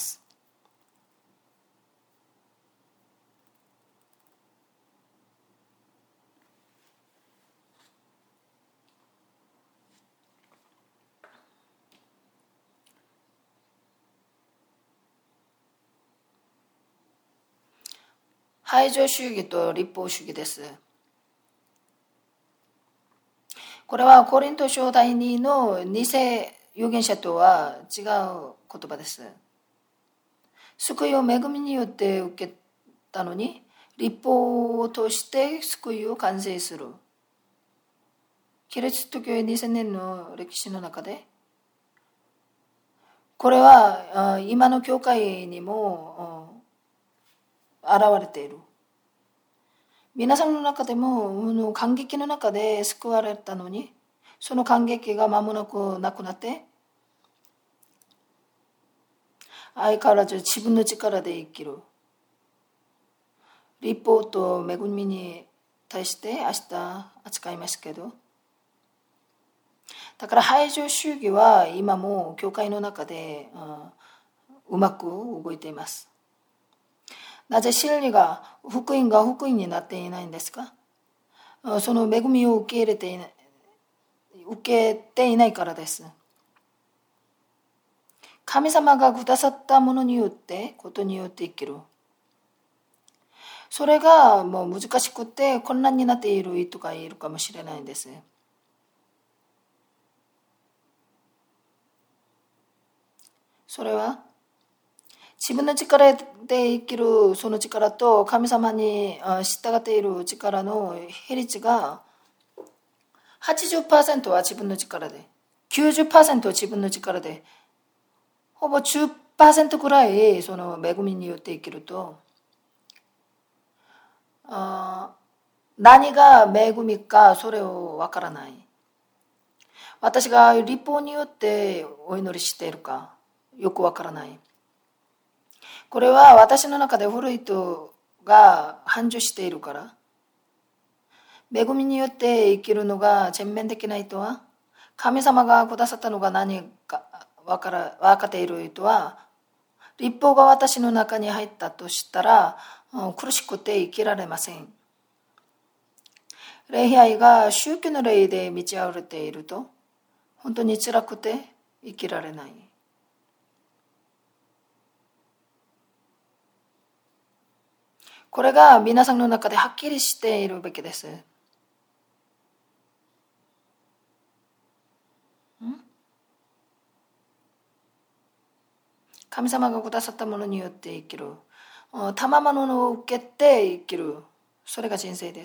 排除主義と立法主義です。これはコリント書第2の偽預言者とは違う言葉です。救いを恵みによって受けたのに、立法を通して救いを完成する。キリスト教2000年の歴史の中で、これは今の教会にも現れている。皆さんの中でも感激の中で救われたのに、その感激が間もなくなくなって、相変わらず自分の力で生きる。立法と恵みに対して明日扱いますけど、だから排除主義は今も教会の中でうまく動いています。なぜ真理が福音になっていないんですか？その恵みを受けていないからです。神様がくださったものによってことによって生きる。それがもう難しくて困難になっている人がいるかもしれないんです。それは自分の力で生きるその力と神様に従っている力の比率が 80% は自分の力で 90% は自分の力でほぼ 10% くらいその恵みによって生きると何が恵みかそれをわからない。私が立法によってお祈りしているかよくわからない。これは私の中で古い人が繁盛しているから。恵みによって生きるのが全面的な人は、神様がくださったのが何か分かっている人は、立法が私の中に入ったとしたら苦しくて生きられません。礼拝が宗教の礼で満ち溢れていると本当に辛くて生きられない。これが皆さんの中ではっきりしているべきです。神様がくださったものによって生きる。賜物を受けて生きる。それが人生です。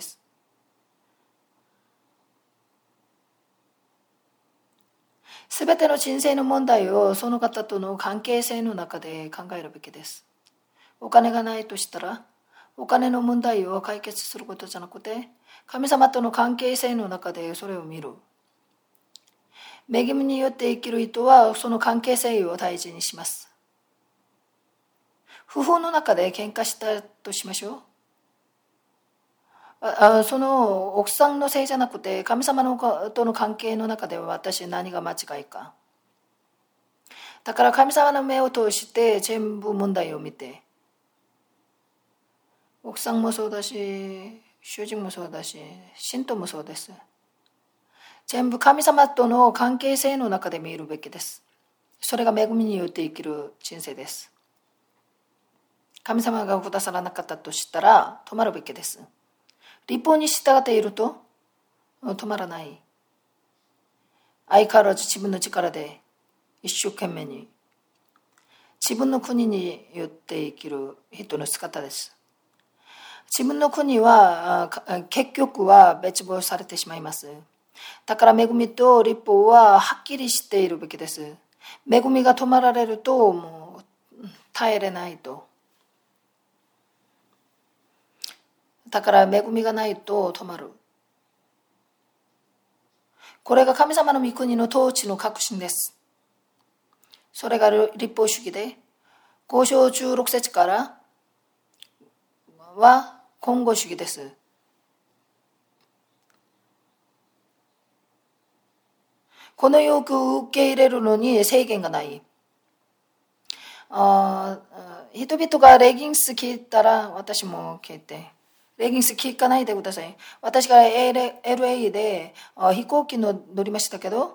すべての人生の問題をその方との関係性の中で考えるべきです。お金がないとしたら、お金の問題を解決することじゃなくて、神様との関係性の中でそれを見る。恵みによって生きる人はその関係性を大事にします。夫婦の中で喧嘩したとしましょう。その奥さんのせいじゃなくて神様との関係の中では私何が間違いか。だから神様の目を通して全部問題を見て、奥さんもそうだし主人もそうだし信徒もそうです。全部神様との関係性の中で見るべきです。それが恵みによって生きる人生です。神様がくださらなかったとしたら止まるべきです。立法に従っていると止まらない。相変わらず自分の力で一生懸命に自分の国によって生きる人の姿です。自分の国は結局は滅亡されてしまいます。だから恵みと立法ははっきりしているべきです。恵みが止まられるともう耐えれないと。だから恵みがないと止まる。これが神様の御国の統治の核心です。それが立法主義で、5章16節からは今後主義です。この要求を受け入れるのに制限がない。人々がレギンス着たら私も着て。レギンス聞かないでください。私が LA で飛行機乗りましたけど、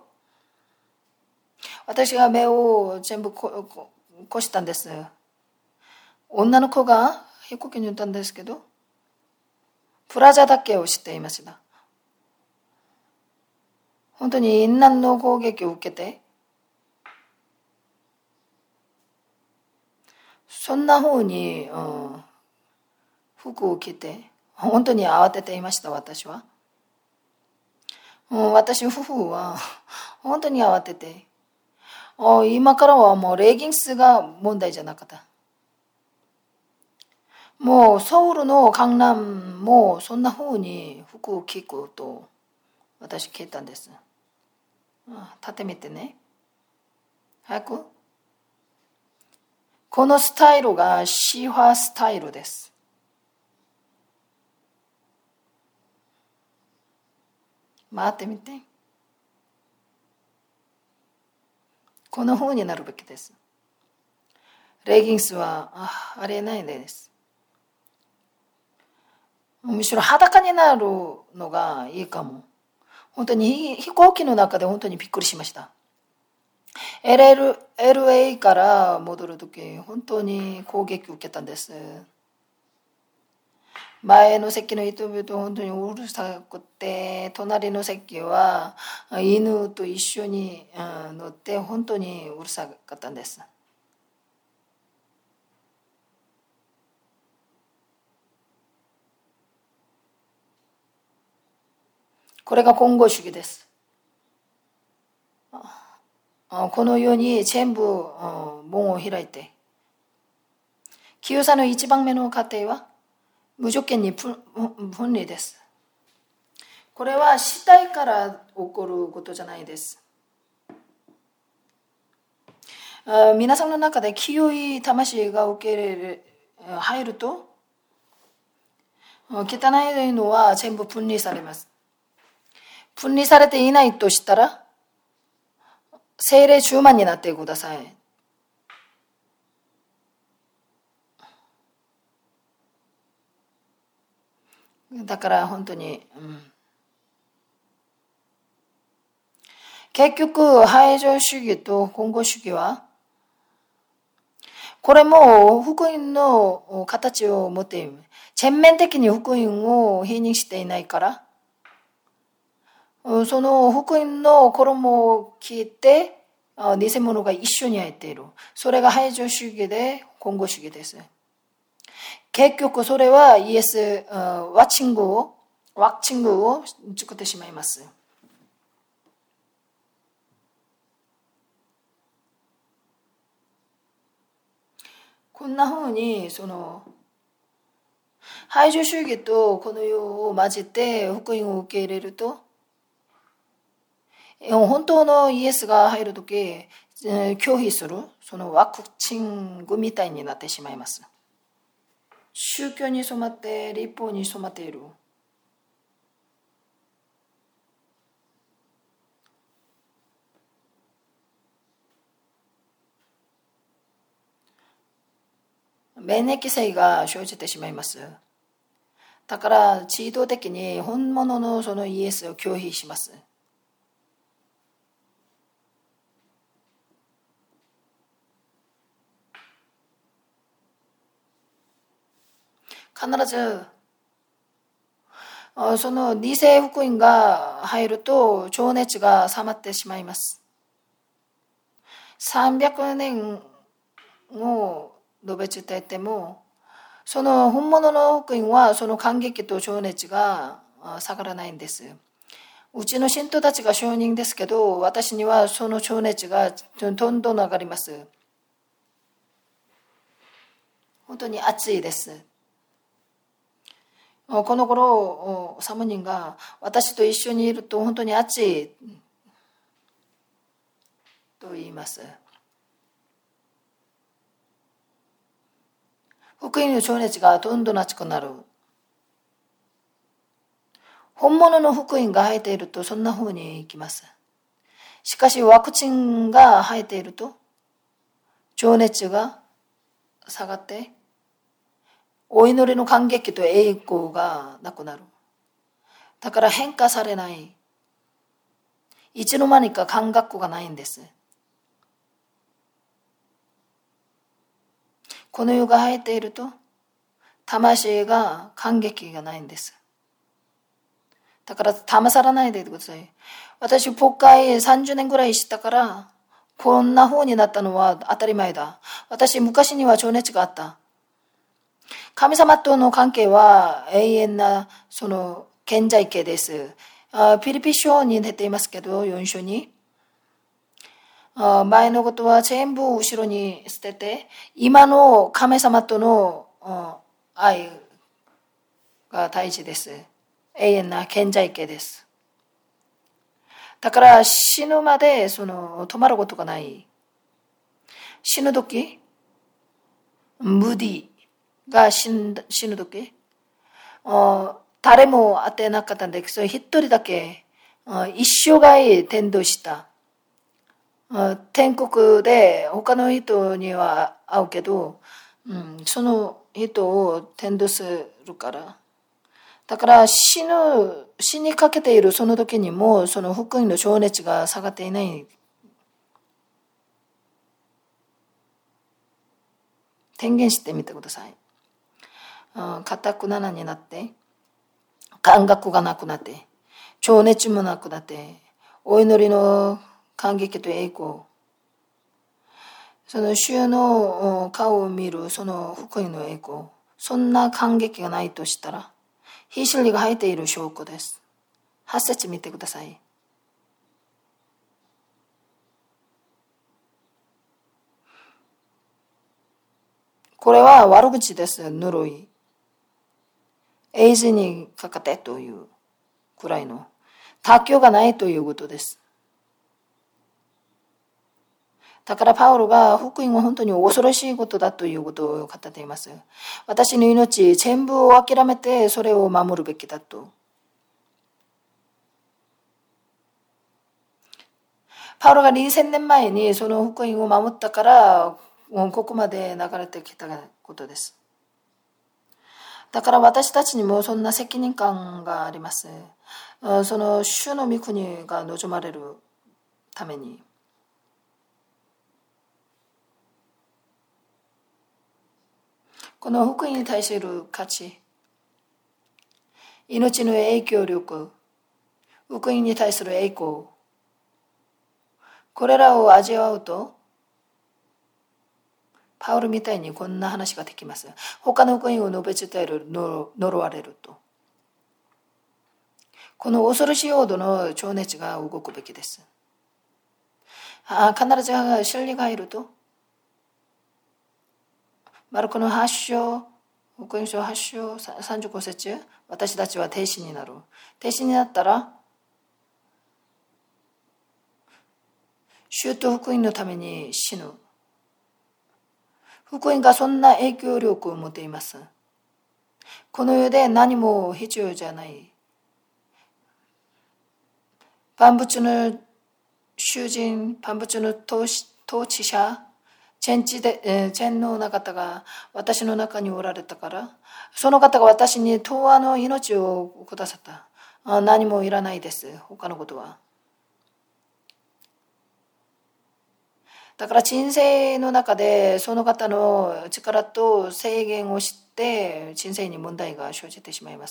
私が目を全部こしたんです。女の子が飛行機に乗ったんですけど、 プラザだけを知っていました。本当に因難の攻撃を受けて、そんな風に、服を着て、本当に慌てていました、私は。私夫婦は本当に慌てて、今からはもうレギンスが問題じゃなかった。もうソウルの江南もそんな風に服を着くと私聞いたんです。立ってみてね。早く。このスタイルがシーファースタイルです。回ってみて。この風になるべきです。レギンスはありえないです。むしろ裸になるのがいいかも。本当に飛行機の中で本当にびっくりしました。LA から戻るとき本当に攻撃を受けたんです。前の席の人々本当にうるさくて、隣の席は犬と一緒に乗って本当にうるさかったんです。これが混合主義です。このように全部門を開いて、清さの一番目の過程は無条件に分離です。これは死体から起こることじゃないです。皆さんの中で清い魂が受け入れ入ると、汚いのは全部分離されます。分離されていないとしたら、聖霊充満になってください。だから本当に、結局排除主義と混合主義はこれも福音の形を持っている。全面的に福音を否認していないから、その福音の衣を着て偽物が一緒に入っている。それが排除主義で混合主義です。結局それはイエスワッチングを作ってしまいます。こんな風にその排除主義とこの世を混じって福音を受け入れると、本当のイエスが入るとき拒否するそのワクチングみたいになってしまいます。宗教に染まって立法に染まっている。免疫性が生じてしまいます。だから自動的に本物のそのイエスを拒否します。必ずその二世福音が入ると情熱が冷まってしまいます。300年を述べ伝えてもその本物の福音はその感激と情熱が下がらないんです。うちの信徒たちが証人ですけど、私にはその情熱がどんどん上がります。本当に熱いです。この頃サモニンが私と一緒にいると本当に熱いと言います。福音の情熱がどんどん熱くなる。本物の福音が生えているとそんな風にいきます。しかしワクチンが生えていると情熱が下がってお祈りの感激と栄光がなくなる。だから変化されない。いつの間にか感覚がないんです。この世が生えていると魂が感激がないんです。 だから騙されないでください。私、国会30年ぐらいしたから、こんな風になったのは当たり前だ。私、昔には情熱があった。神様との関係は永遠な、現在形です。ピリピ書に出ていますけど、4章に。前のことは全部後ろに捨てて、今の神様との愛が大事です。永遠な現在形です。だから死ぬまで止まることがない。死ぬ時、無理が死ぬ時、誰も当てなかったんで、一人だけ一生涯転倒した。天国で他の人には会うけど、その人を転倒するから。だから死にかけているその時にもその福音の情熱が下がっていない。宣言してみてください。固くななになって、感覚がなくなって、情熱もなくなって、お祈りの感激と栄光、その主の顔を見るその福音の栄光、そんな感激がないとしたら、非真理が入っている証拠です。8節見てください。これは悪口です。呪い。エイズにかかってというくらいの妥協がないということです。だからパウロが福音は本当に恐ろしいことだということを語っています。私の命全部を諦めてそれを守るべきだと。パウロが2000年前にその福音を守ったからここまで流れてきたことです。だから私たちにもそんな責任感があります。その主の御国が望まれるために。この福音に対する価値、命の影響力、福音に対する栄光、これらを味わうと、パウロみたいにこんな話ができます。他の福音を述べ伝える、呪われると。この恐ろしいほどの情熱が動くべきです。必ず真理が入ると、マルコの8章、福音書8章35節、私たちは停止になる。停止になったら、主と福音のために死ぬ。福音がそんな影響力を持っています。この世で何も必要じゃない。万物の主人、万物の統治者、全能な方が私の中におられたから、その方が私に永遠の命をくださった。何もいらないです。他のことは。だから人生の中でその方の力と制限を知って人生に問題が生じてしまいます。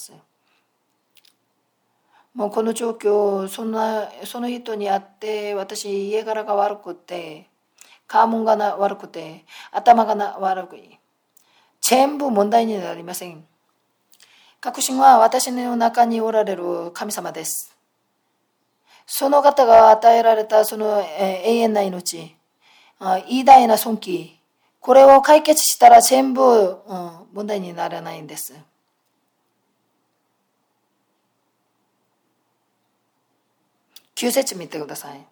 もうこの状況、その人にあって私家柄が悪くて、家紋が悪くて、頭が悪い。全部問題になりません。確信は私の中におられる神様です。その方が与えられたその永遠な命、偉大な尊貴、これを解決したら全部、問題にならないんです。9節見てください。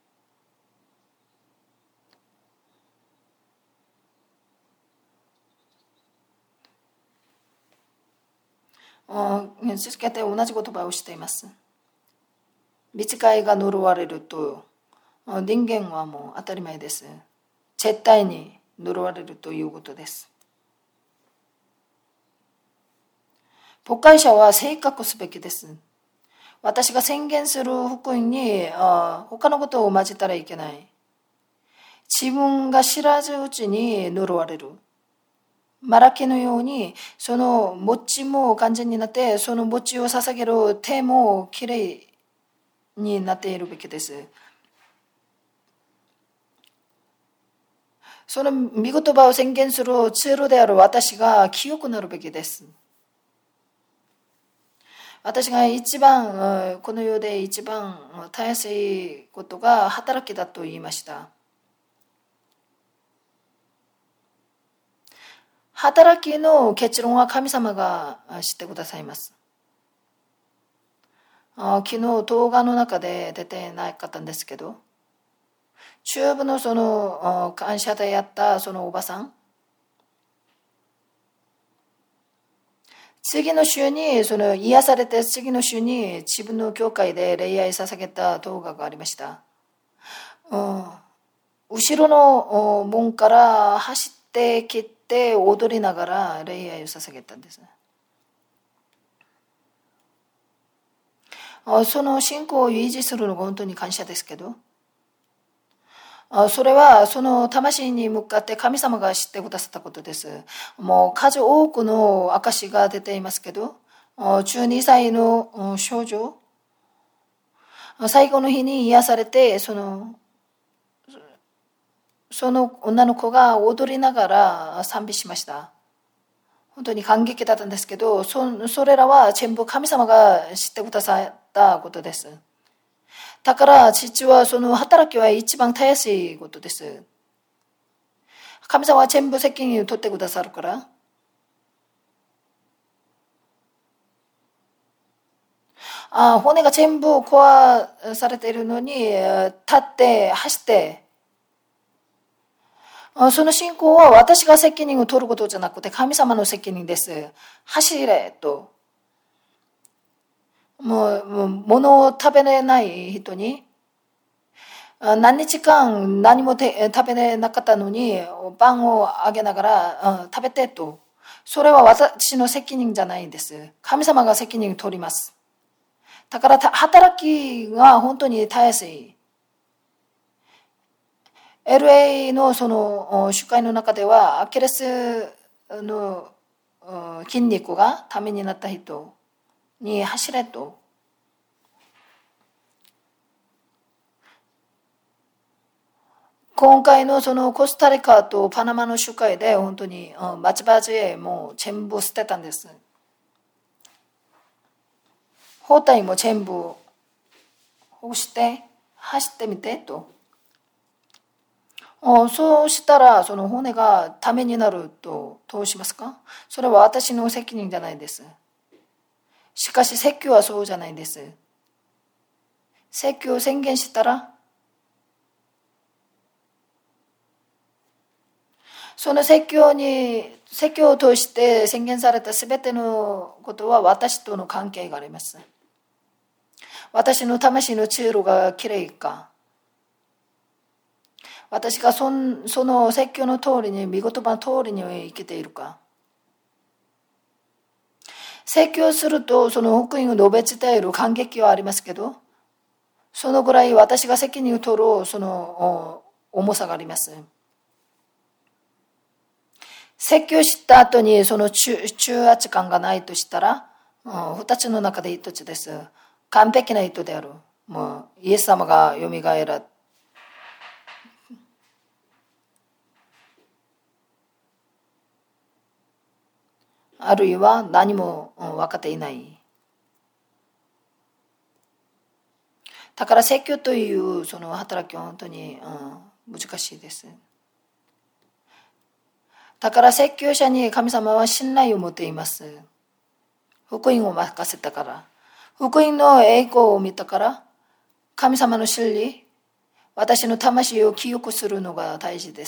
続けて同じ言葉をしています。見つかいが呪われると、人間はもう当たり前です。絶対に呪われるということです。牧会者は正確すべきです。私が宣言する福音に他のことを混ぜたらいけない。自分が知らずうちに呪われる。 マラケのようにその餅も完全になって、その餅を捧げる手もきれいになっているべきです。その御言葉を宣言するツールである私が清くなるべきです。私が一番、この世で一番たやすいことが働きだと言いました。働きの結論は神様が知ってくださいます。昨日動画の中で出てなかったんですけど、中部のその感謝でやったそのおばさん、次の週にその癒されて次の週に自分の教会で礼拝捧げた動画がありました。後ろの門から走ってきて踊りながら礼拝を捧げたんです。その信仰を維持するのが本当に感謝ですけど、それはその魂に向かって神様が知ってくださったことです。もう数多くの証が出ていますけど、12歳の少女、最後の日に癒されて、その女の子が踊りながら賛美しました。本当に感激だったんですけど、それらは全部神様が知ってくださったことです。だから父はその働きは一番たやすいことです。神様は全部責任を取ってくださるから。骨が全部壊されているのに、立って走って、その信仰は私が責任を取ることじゃなくて神様の責任です。走れと。もう物を食べれない人に、何日間何も食べれなかったのにパンをあげながら、食べてと。それは私の責任じゃないんです。神様が責任を取ります。だから働きが本当にたやすい。LA のその集会の中ではアキレスの筋肉がためになった人に走れと。今回のそのコスタリカとパナマの集会で本当にバチバチへもう全部捨てたんです。包帯も全部干して走ってみてと。そうしたらその骨がためになるとどうしますか？それは私の責任じゃないです。しかし説教はそうじゃないです。説教を宣言したら、その説教を通して宣言されたすべてのことは私との関係があります。私の魂の通路がきれいか、私がその説教の通りに、御言葉の通りに生きているか。説教するとその福音を述べ伝える感激はありますけど、そのぐらい私が責任を取るその重さがあります。説教した後にその中圧感がないとしたら、二つの中で一つです。完璧な人である。もうイエス様がよみがえらあるいは何も分かっていない。だから説教というその働きは本当に難しいです。だから説教者に神様は信頼を持っています。福音を任せたから。福音の栄光を見たから、神様の真理、私の魂を記憶するのが大事です。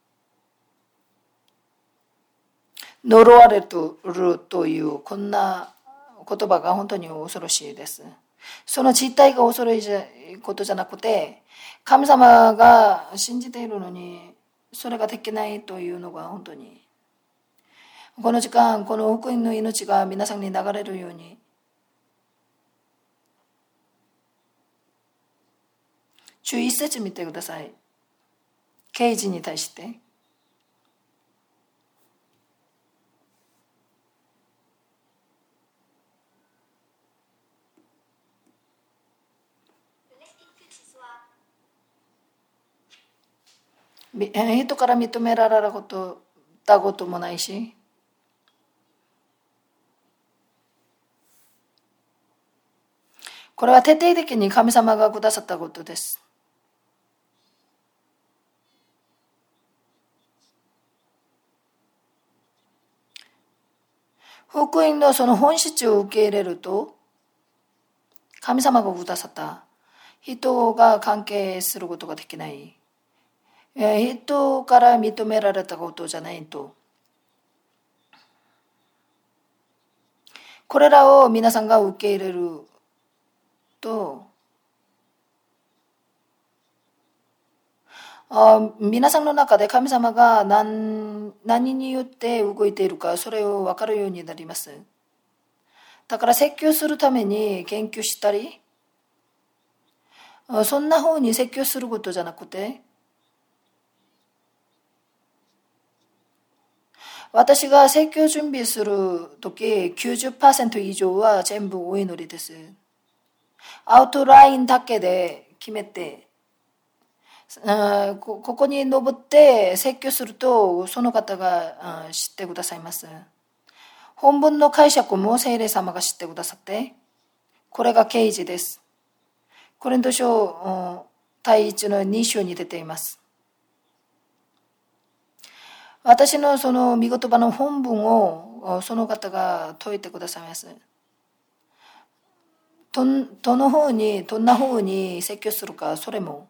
呪われるというこんな言葉が本当に恐ろしいです。その実態が恐ろしいことじゃなくて、神様が信じているのにそれができないというのが本当に、この時間この福音の命が皆さんに流れるように、11節見てください。刑事に対して、 人から認められたこともないし、これは徹底的に神様がくださったことです。福音のその本質を受け入れると、神様がくださった人が関係することができない。人から認められたことじゃないと。これらを皆さんが受け入れると、皆さんの中で神様が何によって動いているか、それを分かるようになります。だから説教するために研究したり、そんな風に説教することじゃなくて、私が説教準備するとき 90% 以上は全部お祈りです。アウトラインだけで決めて、ここに登って説教するとその方が知ってくださいます。本文の解釈も聖霊様が知ってくださって、これが啓示です。コリント書第1の2章に出ています。私のその御言葉の本文をその方が説いてくださいます。どんな風に説教するか、それも。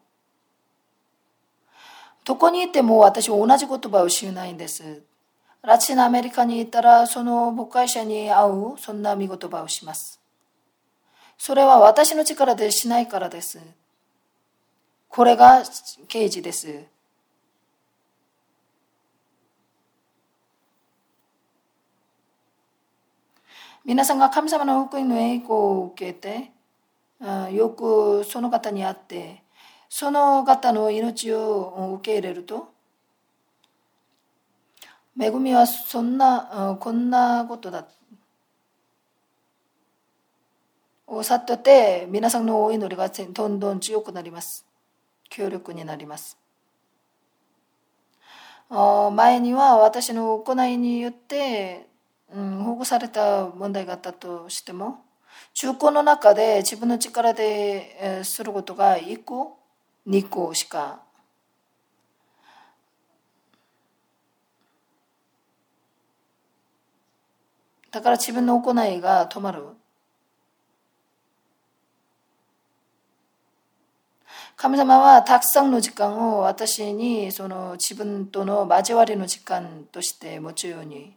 どこにいても私は同じ言葉を知らないんです。ラチンアメリカに行ったら、その牧会者に会う、そんな御言葉をします。それは私の力でしないからです。これが啓示です。皆さんが神様の福音の栄光を受けて、よくその方に会って、その方の命を受け入れると、恵みはこんなことだを悟って、皆さんのお祈りがどんどん強くなります。強力になります。前には私の行いによって保護された問題があったとしても、中高の中で自分の力ですることが1個、2個しか。だから自分の行いが止まる。神様はたくさんの時間を私にその自分との交わりの時間として持つように。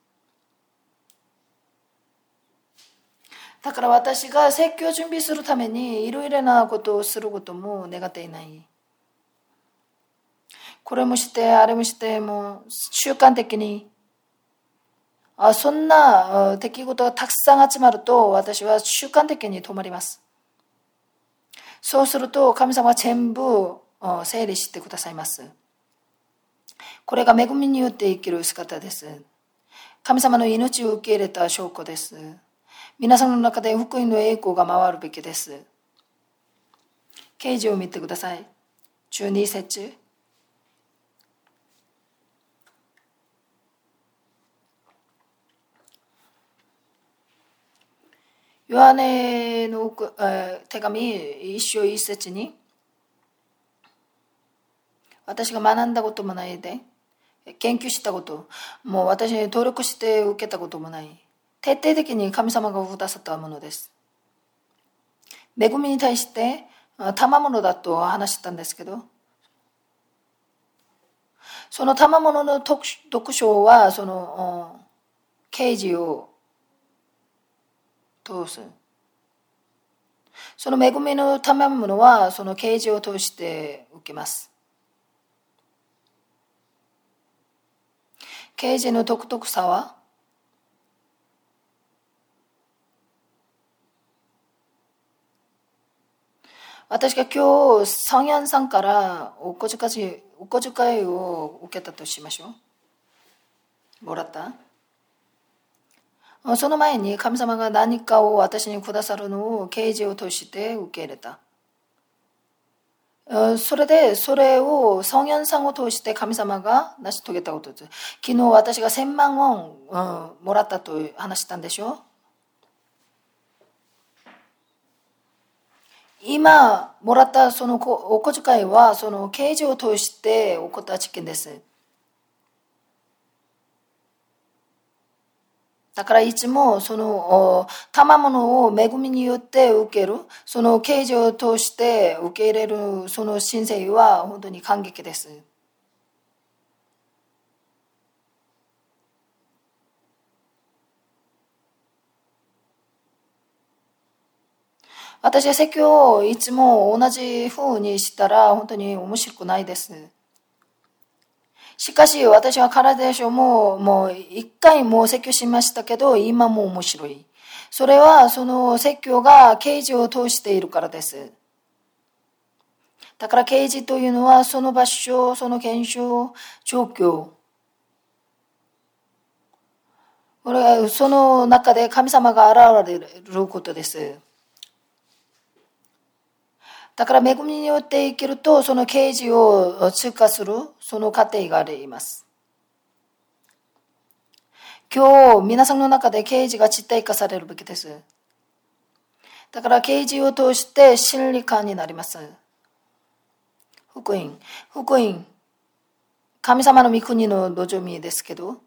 だから私が説教準備するためにいろいろなことをすることも願っていない。これもしてあれもしても習慣的にそんな出来事がたくさん集まると私は習慣的に止まります。そうすると神様は全部整理してくださいます。これが恵みによって生きる姿です。神様の命を受け入れた証拠です。皆さんの中で福音の栄光が回るべきです。啓示を見てください。12節。ヨハネの手紙一章一節に、私が学んだこともないで、研究したこと、もう私に努力して受けたこともない。徹底的に神様がくださったものです。恵みに対して賜物だと話したんですけど、その賜物の特徴はその啓示を通す。その恵みの賜物はその啓示を通して受けます。啓示の独特さは、私が今日ソンヤンさんからお小遣いを受けたとしましょう。もらった。その前に神様が何かを私にくださるのを啓示を通して受け入れた。 それでそれを성현상を通して神様が成し遂げたことです。昨日私が1000万ウォン、もらったと話したんでしょ。今もらったそのお小遣いはその刑事を通して起こった事件です。だからいつもその賜物を恵みによって受ける、その刑事を通して受け入れるその神聖は本当に感激です。私は説教をいつも同じ風にしたら本当に面白くないです。しかし私はカラデショもう一回も説教しましたけど今も面白い。それはその説教が啓示を通しているからです。だから啓示というのはその場所、その現象、状況、これはその中で神様が現れることです。だから恵みによって生きるとその啓示を通過するその過程があります。今日皆さんの中で啓示が実体化されるべきです。だから啓示を通して真理観になります。福音、神様の御国の望みですけど、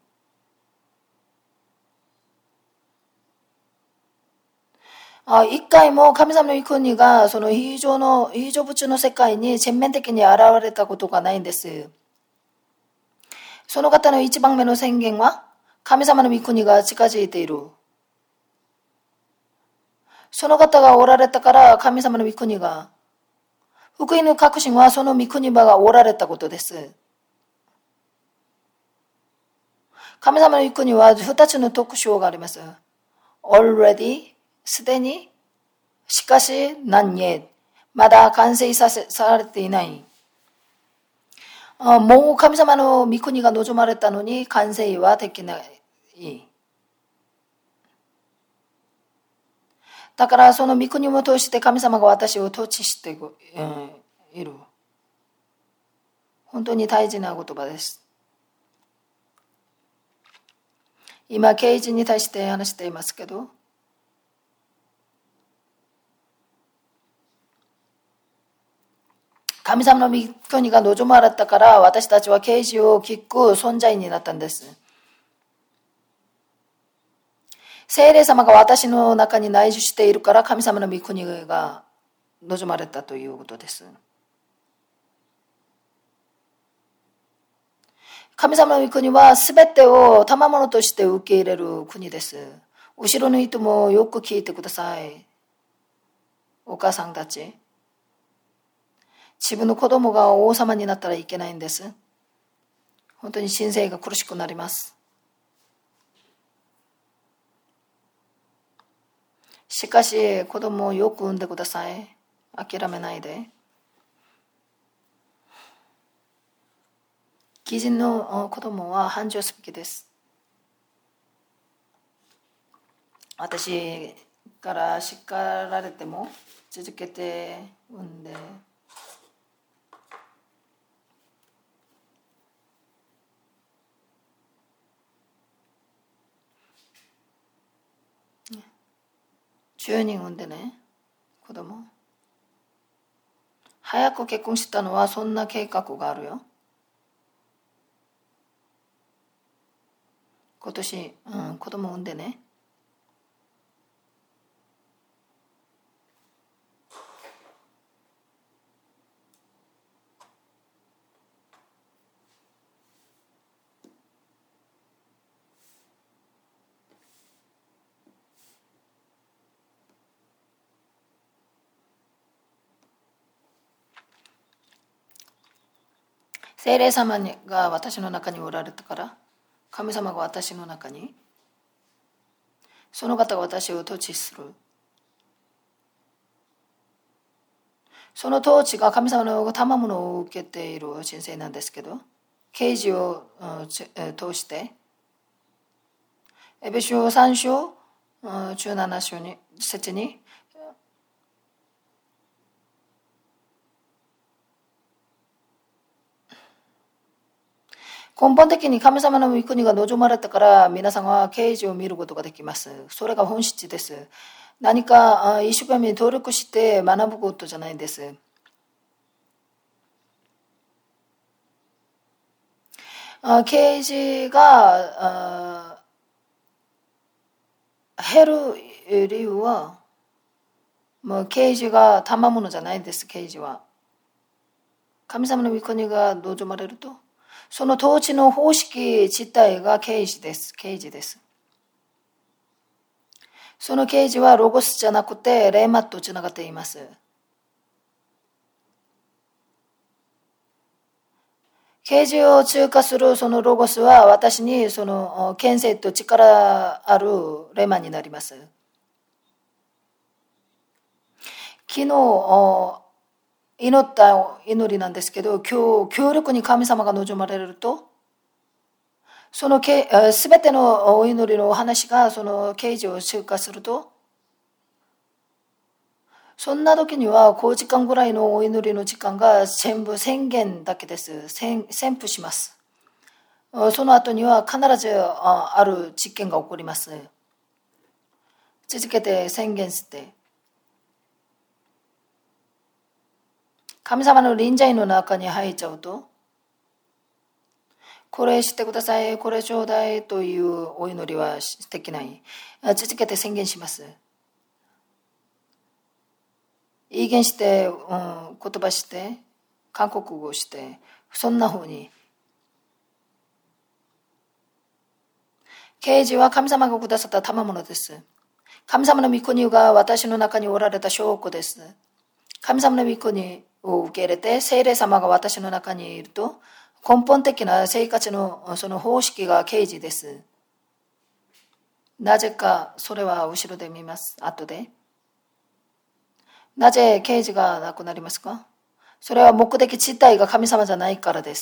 一回も神様の御国がその非常物の世界に全面的に現れたことがないんです。その方の一番目の宣言は神様の御国が近づいている。その方がおられたから神様の御国が、福音の確信はその御国場がおられたことです。神様の御国は二つの特徴があります。already、すでに、しかし、not yet、まだ完成されていない。もう神様の御国が望まれたのに完成はできない。だからその御国を通して神様が私を統治している。本当に大事な言葉です。今、啓示に対して話していますけど、神様の御国が望まれたから私たちは啓示を聞く存在になったんです。聖霊様が私の中に内住しているから神様の御国が望まれたということです。神様の御国は全てを賜物として受け入れる国です。後ろの人もよく聞いてください。お母さんたち。自分の子供が王様になったらいけないんです。本当に人生が苦しくなります。しかし子供をよく産んでください。諦めないで。義人の子供は繁盛すべきです。私から叱られても続けて産んで、10人産んでね、子供。早く結婚したのはそんな計画があるよ。今年、子供産んでね。聖霊様が私の中におられたから、神様が私の中に、その方が私を統治する。その統治が神様の賜物を受けている人生なんですけど、啓示を通して、エペソ3章17章に節に、 根本的に神様の御国が望まれたから皆さんは啓示を見ることができます。それが本質です。何か一生懸命努力して学ぶことじゃないです。啓示が減る理由はもう啓示が賜物じゃないです。啓示は神様の御国が望まれるとその統治の方式自体が啓示です。啓示です。その啓示はロゴスじゃなくてレーマとつながっています。啓示を通過するそのロゴスは私にその権勢と力あるレマになります。昨日祈った祈りなんですけど、今日強力に神様が望まれるとそのすべてのお祈りのお話がその啓示を通過すると、そんな時には5時間ぐらいのお祈りの時間が全部宣言だけです。宣布します。その後には必ずある実験が起こります。続けて宣言して、神様の臨在の中に入っちゃうと、これしてください、これちょうだいというお祈りはできない。続けて宣言します。意見して、言葉して、韓国語して、そんな風に。啓示は神様がくださった賜物です。神様の御国が私の中におられた証拠です。神様の御国を受け入れて、聖霊様が私の中にいると、根本的な生活のその方式が啓示です。なぜか、それは後ろで見ます。後で。なぜ啓示がなくなりますか？それは目的自体が神様じゃないからです。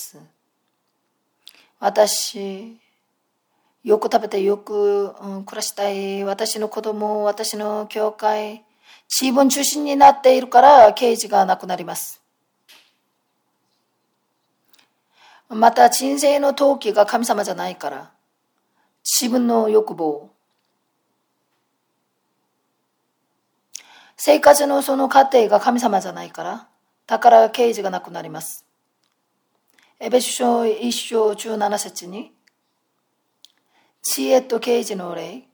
私、よく食べてよく、暮らしたい。私の子供、私の教会、自分中心になっているから啓示がなくなります。また人生の動機が神様じゃないから、自分の欲望、生活のその過程が神様じゃないから、だから啓示がなくなります。エペソ書1章17節に、知恵と啓示の霊。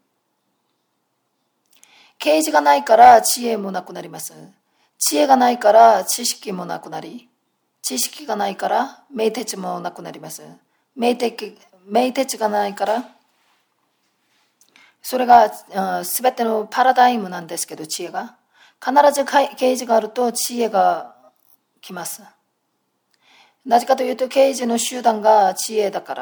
啓示がないから知恵もなくなります。知恵がないから知識もなくなり、知識がないから明哲もなくなります。明哲がないから、それがすべてのパラダイムなんですけど、知恵が。必ず啓示があると知恵が来ます。なぜかというと、啓示の手段が知恵だから。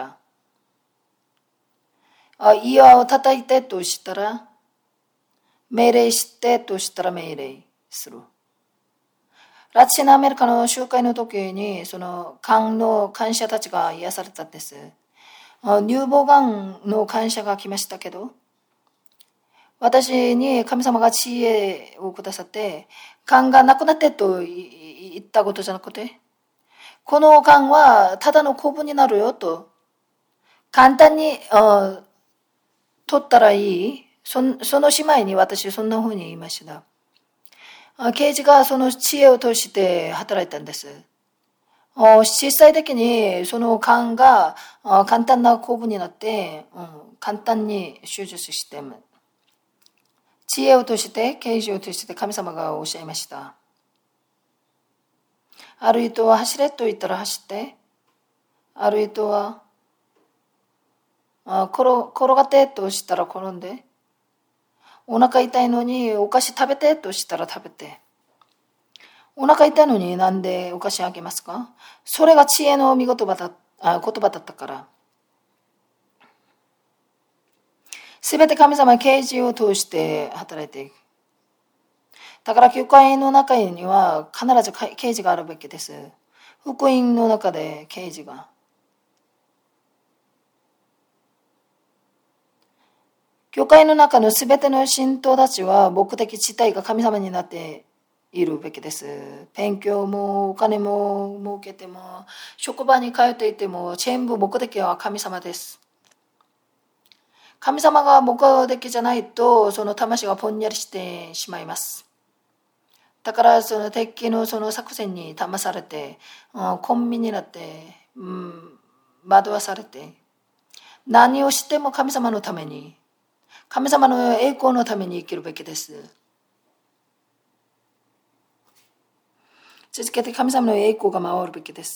岩を叩いてとしたら、命令してとしたら命令する。ラチンアメリカの集会の時に、その癌の患者たちが癒されたんです。乳房癌の患者が来ましたけど、私に神様が知恵をくださって、癌がなくなってと言ったことじゃなくて、この癌はただの古文になるよと、簡単に取ったらいい。その姉妹に私そんな風に言いました。啓示がその知恵を通して働いたんです。実際的にその癌が簡単な構文になって、簡単に手術して、知恵を通して、啓示を通して神様がおっしゃいました。ある人は走れと言ったら走って、ある人は転がってとしたら転んで、お腹痛いのにお菓子食べてとしたら食べて、お腹痛いのになんでお菓子あげますか？それが知恵の言葉だったから。すべて神様は啓示を通して働いていく。だから教会の中には必ず啓示があるべきです。福音の中で啓示が。教会の中のすべての信徒たちは目的自体が神様になっているべきです。勉強もお金も儲けても職場に通っていても全部目的は神様です。神様が目的じゃないとその魂がぼんやりしてしまいます。だからその敵のその作戦に騙されて、混迷になって、惑わされて、何をしても神様のために、神様の栄光のために生きるべきです。続けて神様の栄光が回るべきです。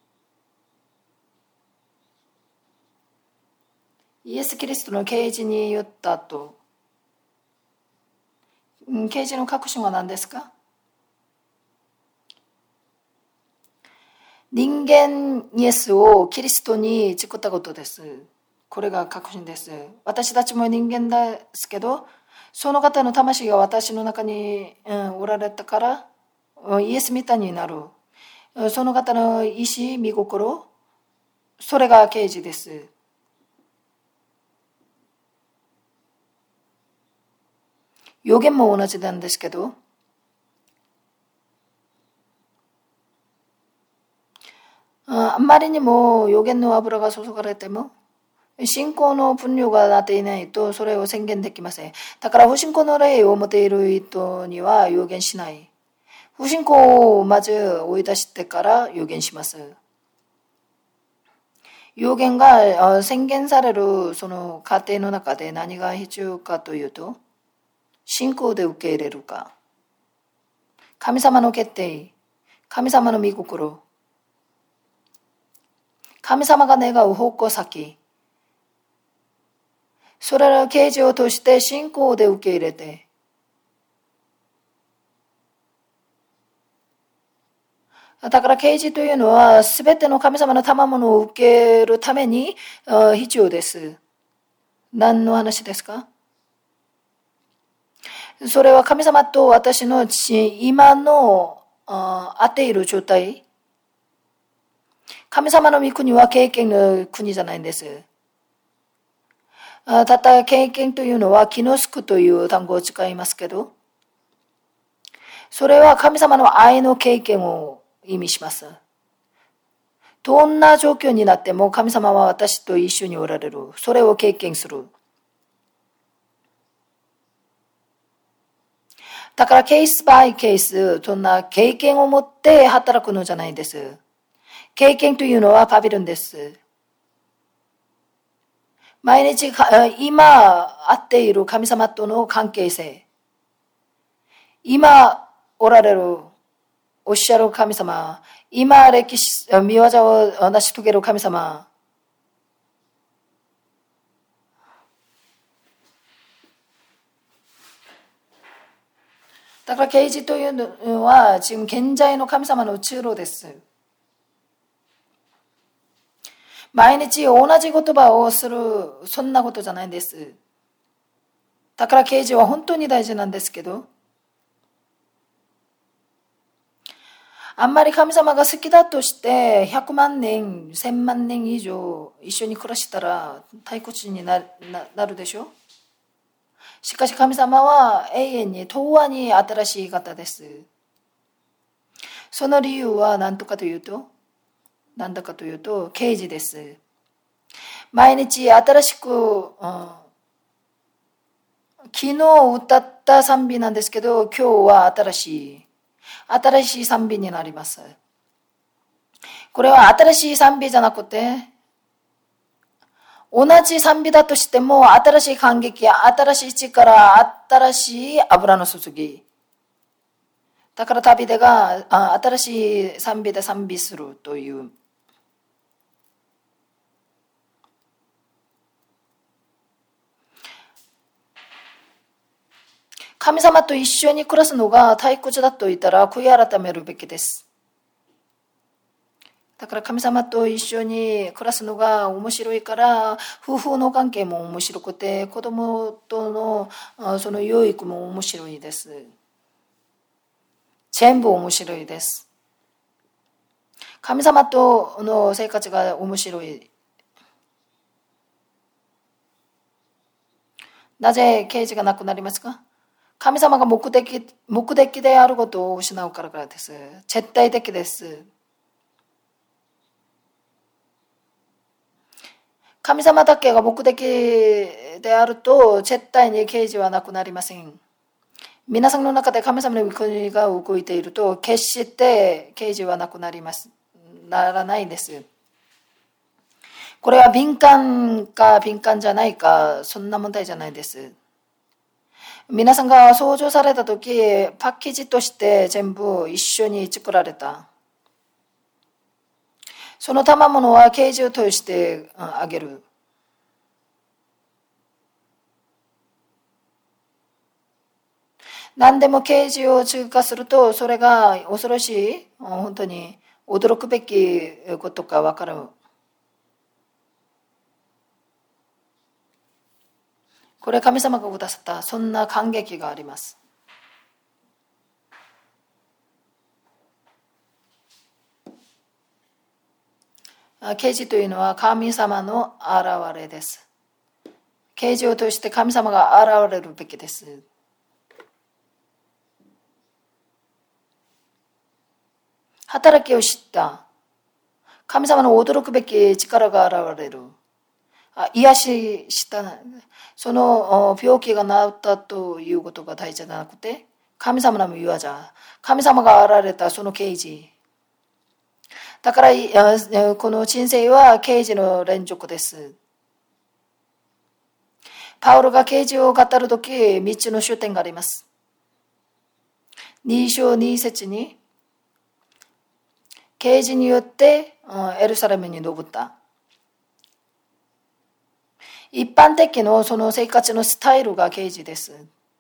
イエス・キリストの啓示によった後、啓示の確信は何ですか？人間イエスをキリストに作ったことです。これが確信です。私たちも人間ですけど、その方の魂が私の中に、おられたから、イエスみたいになる。その方の意志、見心、それが啓示です。予言も同じなんですけど、あんまりにも予言の油が注がれても信仰の分量がなっていないとそれを宣言できません。だから不信仰の霊を持っている人には予言しない。不信仰をまず追い出してから予言します。予言が宣言されるその過程の中で何が必要かというと、信仰で受け入れるか、神様の決定、神様の御心、神様が願う方向先、それらを啓示を通して信仰で受け入れて、だから啓示というのはすべての神様の賜物を受けるために必要です。何の話ですか？それは神様と私の今の合っている状態。神様の御国は経験の国じゃないんです。たった経験というのはキノスクという単語を使いますけど、それは神様の愛の経験を意味します。どんな状況になっても神様は私と一緒におられる。それを経験する。だからケースバイケース、そんな経験を持って働くのじゃないんです。経験というのはパビルンです。毎日今会っている神様との関係性。今おられるおっしゃる神様。今歴史、見業を成し遂げる神様。だから啓示というのは지금現在の神様の通路です。毎日同じ言葉をするそんなことじゃないんです。だから啓示は本当に大事なんですけど、あんまり神様が好きだとして100万年、1000万年以上一緒に暮らしたら退屈になるでしょ。しかし神様は永遠に永遠に新しい方です。その理由は何だかというと啓示です。毎日新しく、昨日歌った賛美なんですけど、今日は新しい賛美になります。これは新しい賛美じゃなくて、同じ賛美だとしても、新しい感激、新しい力、新しい油の注ぎ。だからダビデが新しい賛美で賛美するという。神様と一緒に暮らすのが退屈だと言ったら悔い改めるべきです。だから神様と一緒に暮らすのが面白いから夫婦の関係も面白くて子供とのその養育も面白いです。全部面白いです。神様との生活が面白い。なぜ啓示がなくなりますか？ 神様が目的であることを失うからです。絶対的です。神様だけが目的であると絶対に啓示はなくなりません。皆さんの中で神様の御国が動いていると決して啓示はなくならないんです。これは敏感か敏感じゃないか、そんな問題じゃないです。皆さんが創造された時、パッケージとして全部一緒に作られた。その賜物は啓示を通してあげる。何でも啓示を通過すると、それが恐ろしい、本当に驚くべきことか分かる。これ神様がくださったそんな感激があります。啓示というのは神様の現れです。啓示を通して神様が現れるべきです。働きを知った神様の驚くべき力が現れる。癒ししたその病気が治ったということが大事じゃなくて、神様の御業、神様が現れたその啓示だから、この人生は啓示の連続です。パウロが啓示を語るとき、3つの終点があります。2章2節に啓示によってエルサレムに登った。一般的のその生活のスタイルが啓示です。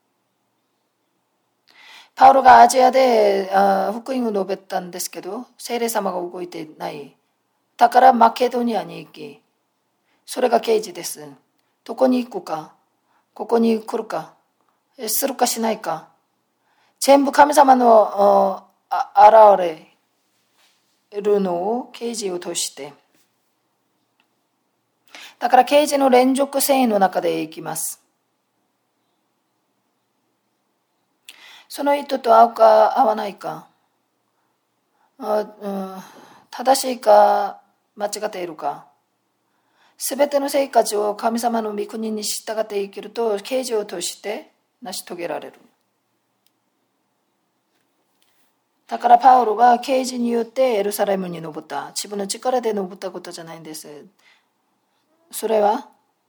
パウロがアジアで福音を述べたんですけど、聖霊様が動いていない。だからマケドニアに行き、それが啓示です。どこに行くか、ここに来るか、するかしないか、全部神様の現れるのを啓示を通して。だから啓示の連続性の中で行きます。その人と合うか合わないか、正しいか間違っているか、すべての生活を神様の御国に従って生きると啓示を通して成し遂げられる。だからパウロは啓示によってエルサレムに登った。自分の力で登ったことじゃないんです。それは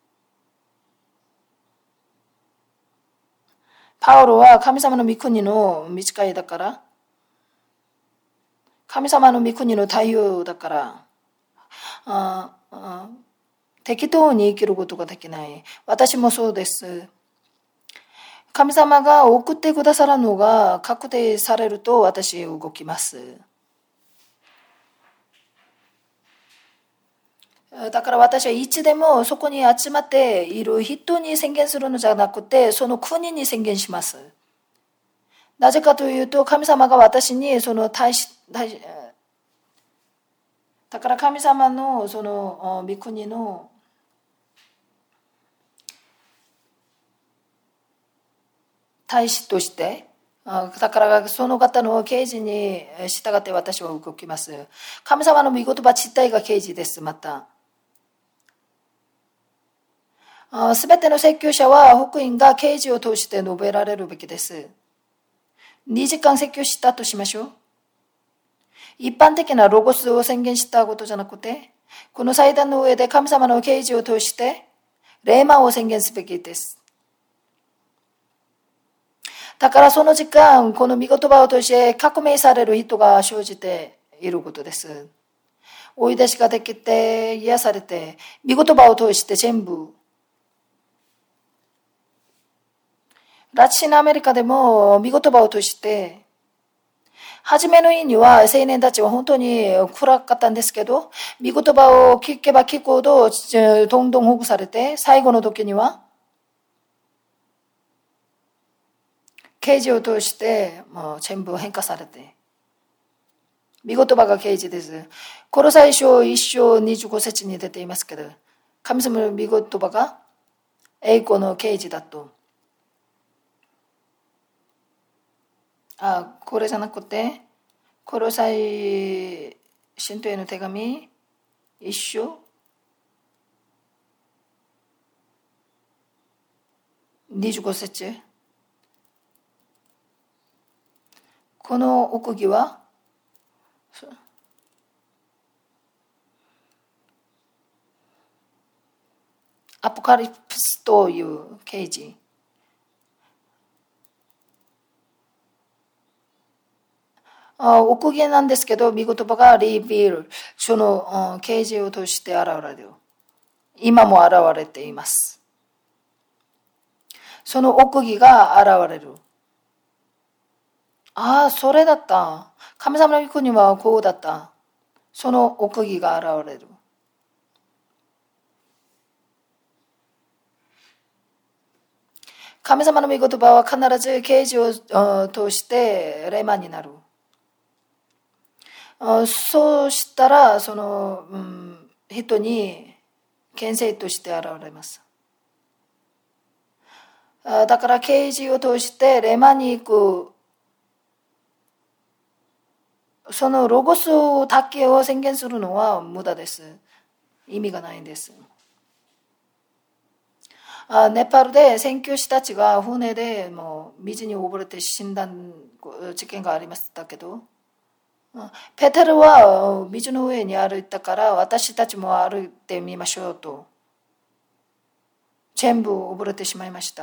パウロは神様の御国の御使いだから、神様の御国の太陽だから、適当に生きることができない。私もそうです。神様が送ってくださるのが確定されると私動きます。だから私はいつでもそこに集まっている人に宣言するのじゃなくて、その国に宣言します。なぜかというと、神様が私にそのだから神様のその御国の大使として、だからその方の啓示に従って私は動きます。神様の御言葉自体が啓示です。またすべての説教者は福音が啓示を通して述べられるべきです。2時間説教したとしましょう。一般的なロゴスを宣言したことじゃなくて、この祭壇の上で神様の啓示を通してレーマを宣言すべきです。だからその時間、この御言葉を通して革命される人が生じていることです。追い出しができて癒されて、御言葉を通して全部。ラチンアメリカでも御言葉を通して、初めの意味は青年たちは本当に暗かったんですけど、御言葉を聞けば聞くほどどんどん保護されて、最後の時には啓示を通してもう全部変化されて、御言葉が啓示です。コロサイ書1章25節に出ていますけど、神様の御言葉が栄光の啓示だと。 これじゃなくて、コロサイ信徒への手紙一章25節。この奥義はアポカリプスという啓示。奥義なんですけど、御言葉がリビール、その啓示を通して現れる。今も現れています。その奥義が現れる。それだった。神様の御国はこうだった。その奥義が現れる。神様の御言葉は必ず啓示を通してレマになる。そうしたらその、人に権勢として現れます。だから啓示を通してレマに行く、そのロゴスだけを宣言するのは無駄です。意味がないんです。ネパールで宣教師たちが船でもう水に溺れて死んだ事件がありましたけど、ペテルは水の上に歩いたから私たちも歩いてみましょうと全部溺れてしまいました。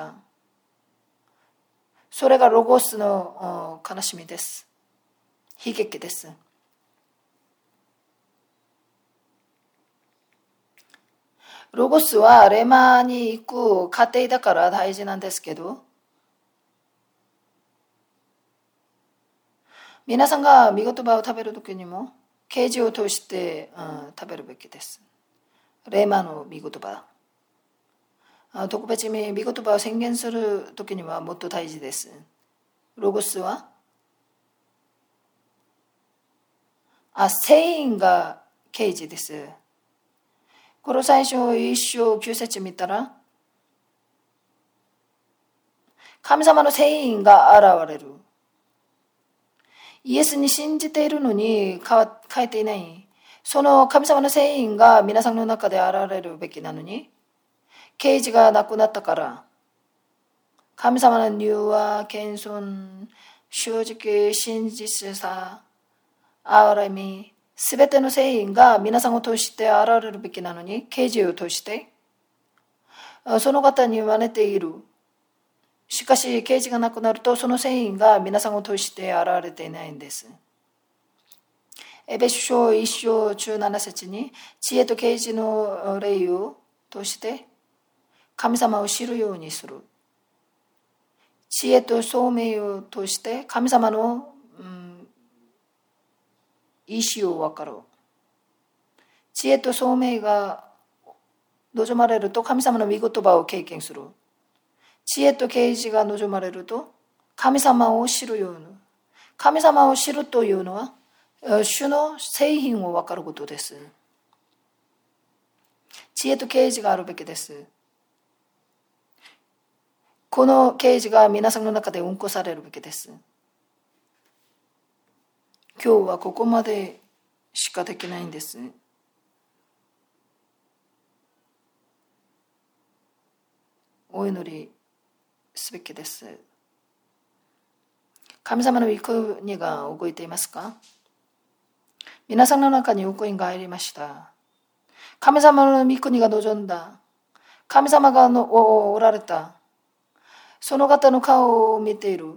それがロゴスの悲しみです。悲劇です。ロゴスはレマに行く過程だから大事なんですけど、皆さんが御言葉を食べるときにも啓示を通して、食べるべきです。レマの御言葉。特別に御言葉を宣言するときにはもっと大事です。ロゴスは聖印が啓示です。この最初1章9節見たら神様の聖印が現れる。イエスに信じているのに変えていない。その神様の聖印が皆さんの中で現れるべきなのに、啓示がなくなったから、神様の柔和、謙遜、正直、真実さ、憐れみ、すべての聖印が皆さんを通して現れるべきなのに、啓示を通して、その方に真似ている。しかし、啓示がなくなると、その聖印が皆さんを通して現れていないんです。エペソ書1章17節に、知恵と啓示の霊を通して、神様を知るようにする。知恵と聡明を通して、神様の、意志を分かる。知恵と聡明が望まれると、神様の御言葉を経験する。知恵と啓示が望まれると神様を知るように。神様を知るというのは主の製品を分かることです。知恵と啓示があるべきです。この啓示が皆さんの中で運行されるべきです。今日はここまでしかできないんです。お祈りすべきです。神様の御国が動いていますか？皆さんの中に福音が入りました。神様の御国が望んだ。神様がおられた。その方の顔を見ている。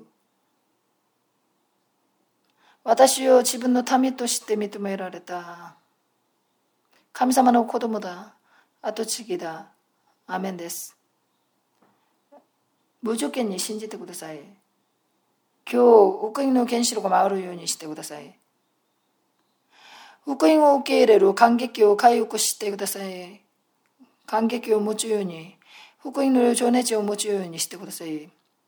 私を自分の民として認められた。神様の子供だ。後継ぎだ。アーメンです。無条件に信じてください。今日、福音の原子炉が回るようにしてください。福音を受け入れる感激を回復してください。感激を持つように、福音の情熱を持つようにしてください。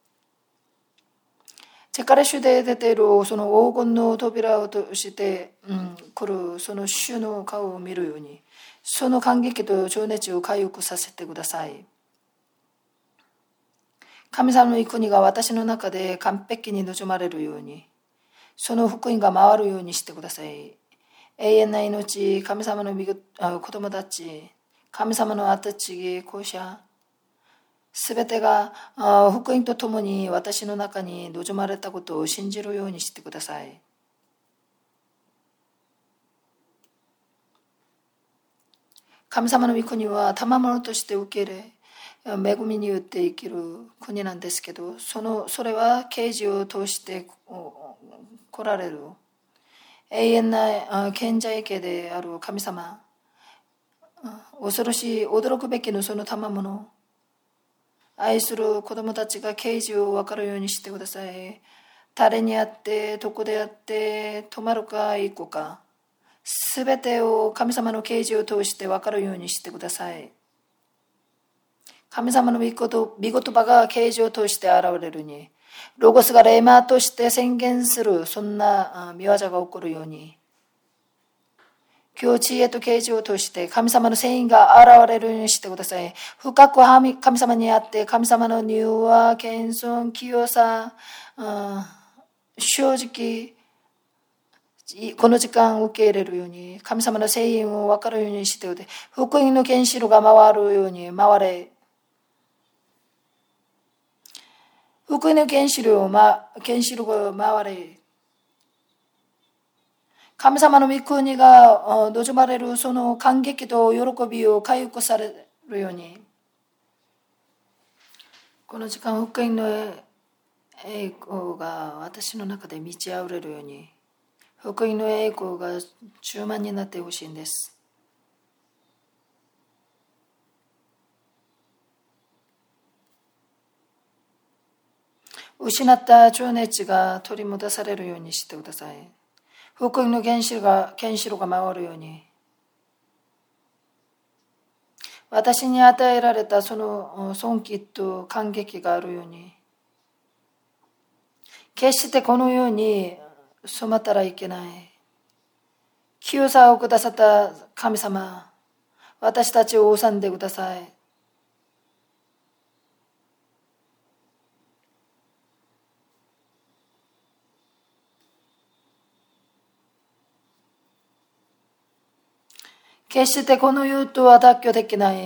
力主で出ているその黄金の扉を通して来るその主の顔を見るように、その感激と情熱を回復させてください。 神様の御国が私の中で完璧に望まれるように、その福音が回るようにしてください。永遠な命、神様の子供たち、神様の後継ぎ、後者、すべてが福音とともに私の中に望まれたことを信じるようにしてください。神様の御国は賜物として受け入れ、恵みによって生きる国なんですけど、それは啓示を通して来られる永遠な賢者家である神様、恐ろしい驚くべきのその賜物、愛する子供たちが啓示を分かるようにしてください。誰にあって、どこであって、泊まるか行くか、すべてを神様の啓示を通して分かるようにしてください。神様の御言葉が啓示を通して現れるように、ロゴスがレーマーとして宣言する、そんな見業が起こるように、今日知恵と啓示を通して神様の聖意が現れるようにしてください。深く神様にあって、神様の柔和、謙遜、清さ、正直、この時間を受け入れるように、神様の聖意を分かるようにしてください。福音の原子炉が回るように回れ。福音の原子炉が回れ。神様の御国が望まれるその感激と喜びを回復されるように、この時間福音の栄光が私の中で満ち溢れるように、福音の栄光が充満になってほしいんです。失った情熱が取り戻されるようにしてください。福音の原子炉が回るように、私に与えられたその尊敬と感激があるように、決してこのように染まったらいけない。清さをくださった神様、私たちを治んでください。決してこの世とは脱却できない。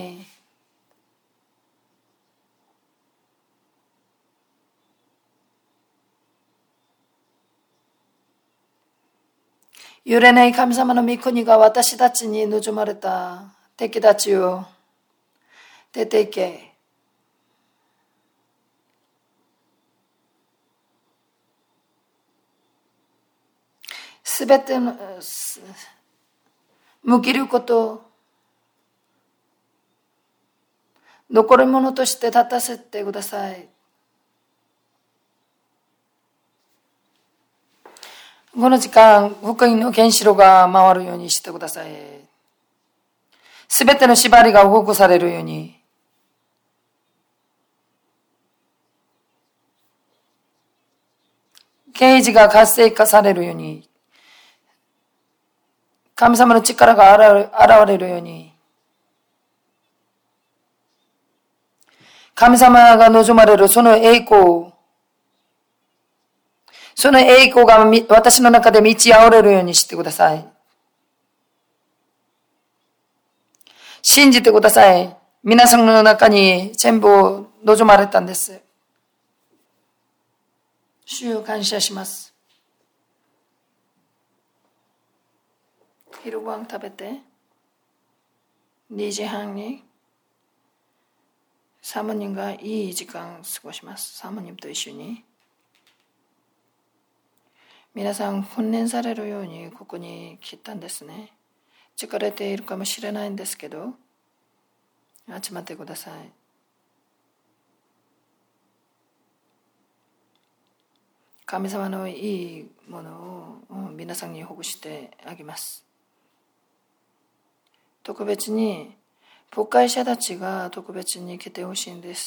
揺れない神様の御国が私たちに望まれた。敵たちを出て行け。すべての無気力と残り物として立たせてください。この時間、福音の原子炉が回るようにしてください。すべての縛りが動かされるように、啓示が活性化されるように、神様の力が現れるように、神様が望まれるその栄光が私の中で満ち溢れるようにしてください。信じてください。皆さんの中に全部望まれたんです。主を感謝します。昼ご飯食べて2時半にサモニンがいい時間を過ごします。サモニンと一緒に皆さん訓練されるようにここに来たんですね。疲れているかもしれないんですけど、集まってください。神様のいいものを皆さんにほぐしてあげます。特別に牧会者たちが特別に来てほしいんです。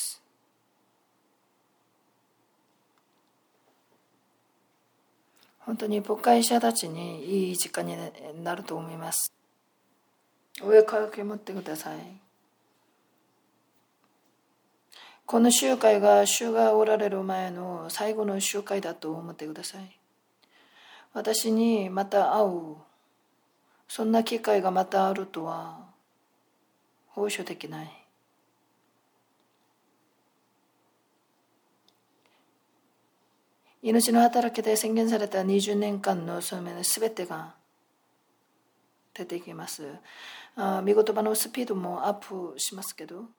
本当に牧会者たちにいい時間になると思います。お声かけ持ってください。 この集会が主がおられる前の最後の集会だと思ってください。私にまた会う、そんな機会がまたあるとは保証できない。命の働きで宣言された20年間のそのすべてが出てきます。御言葉のスピードもアップしますけど、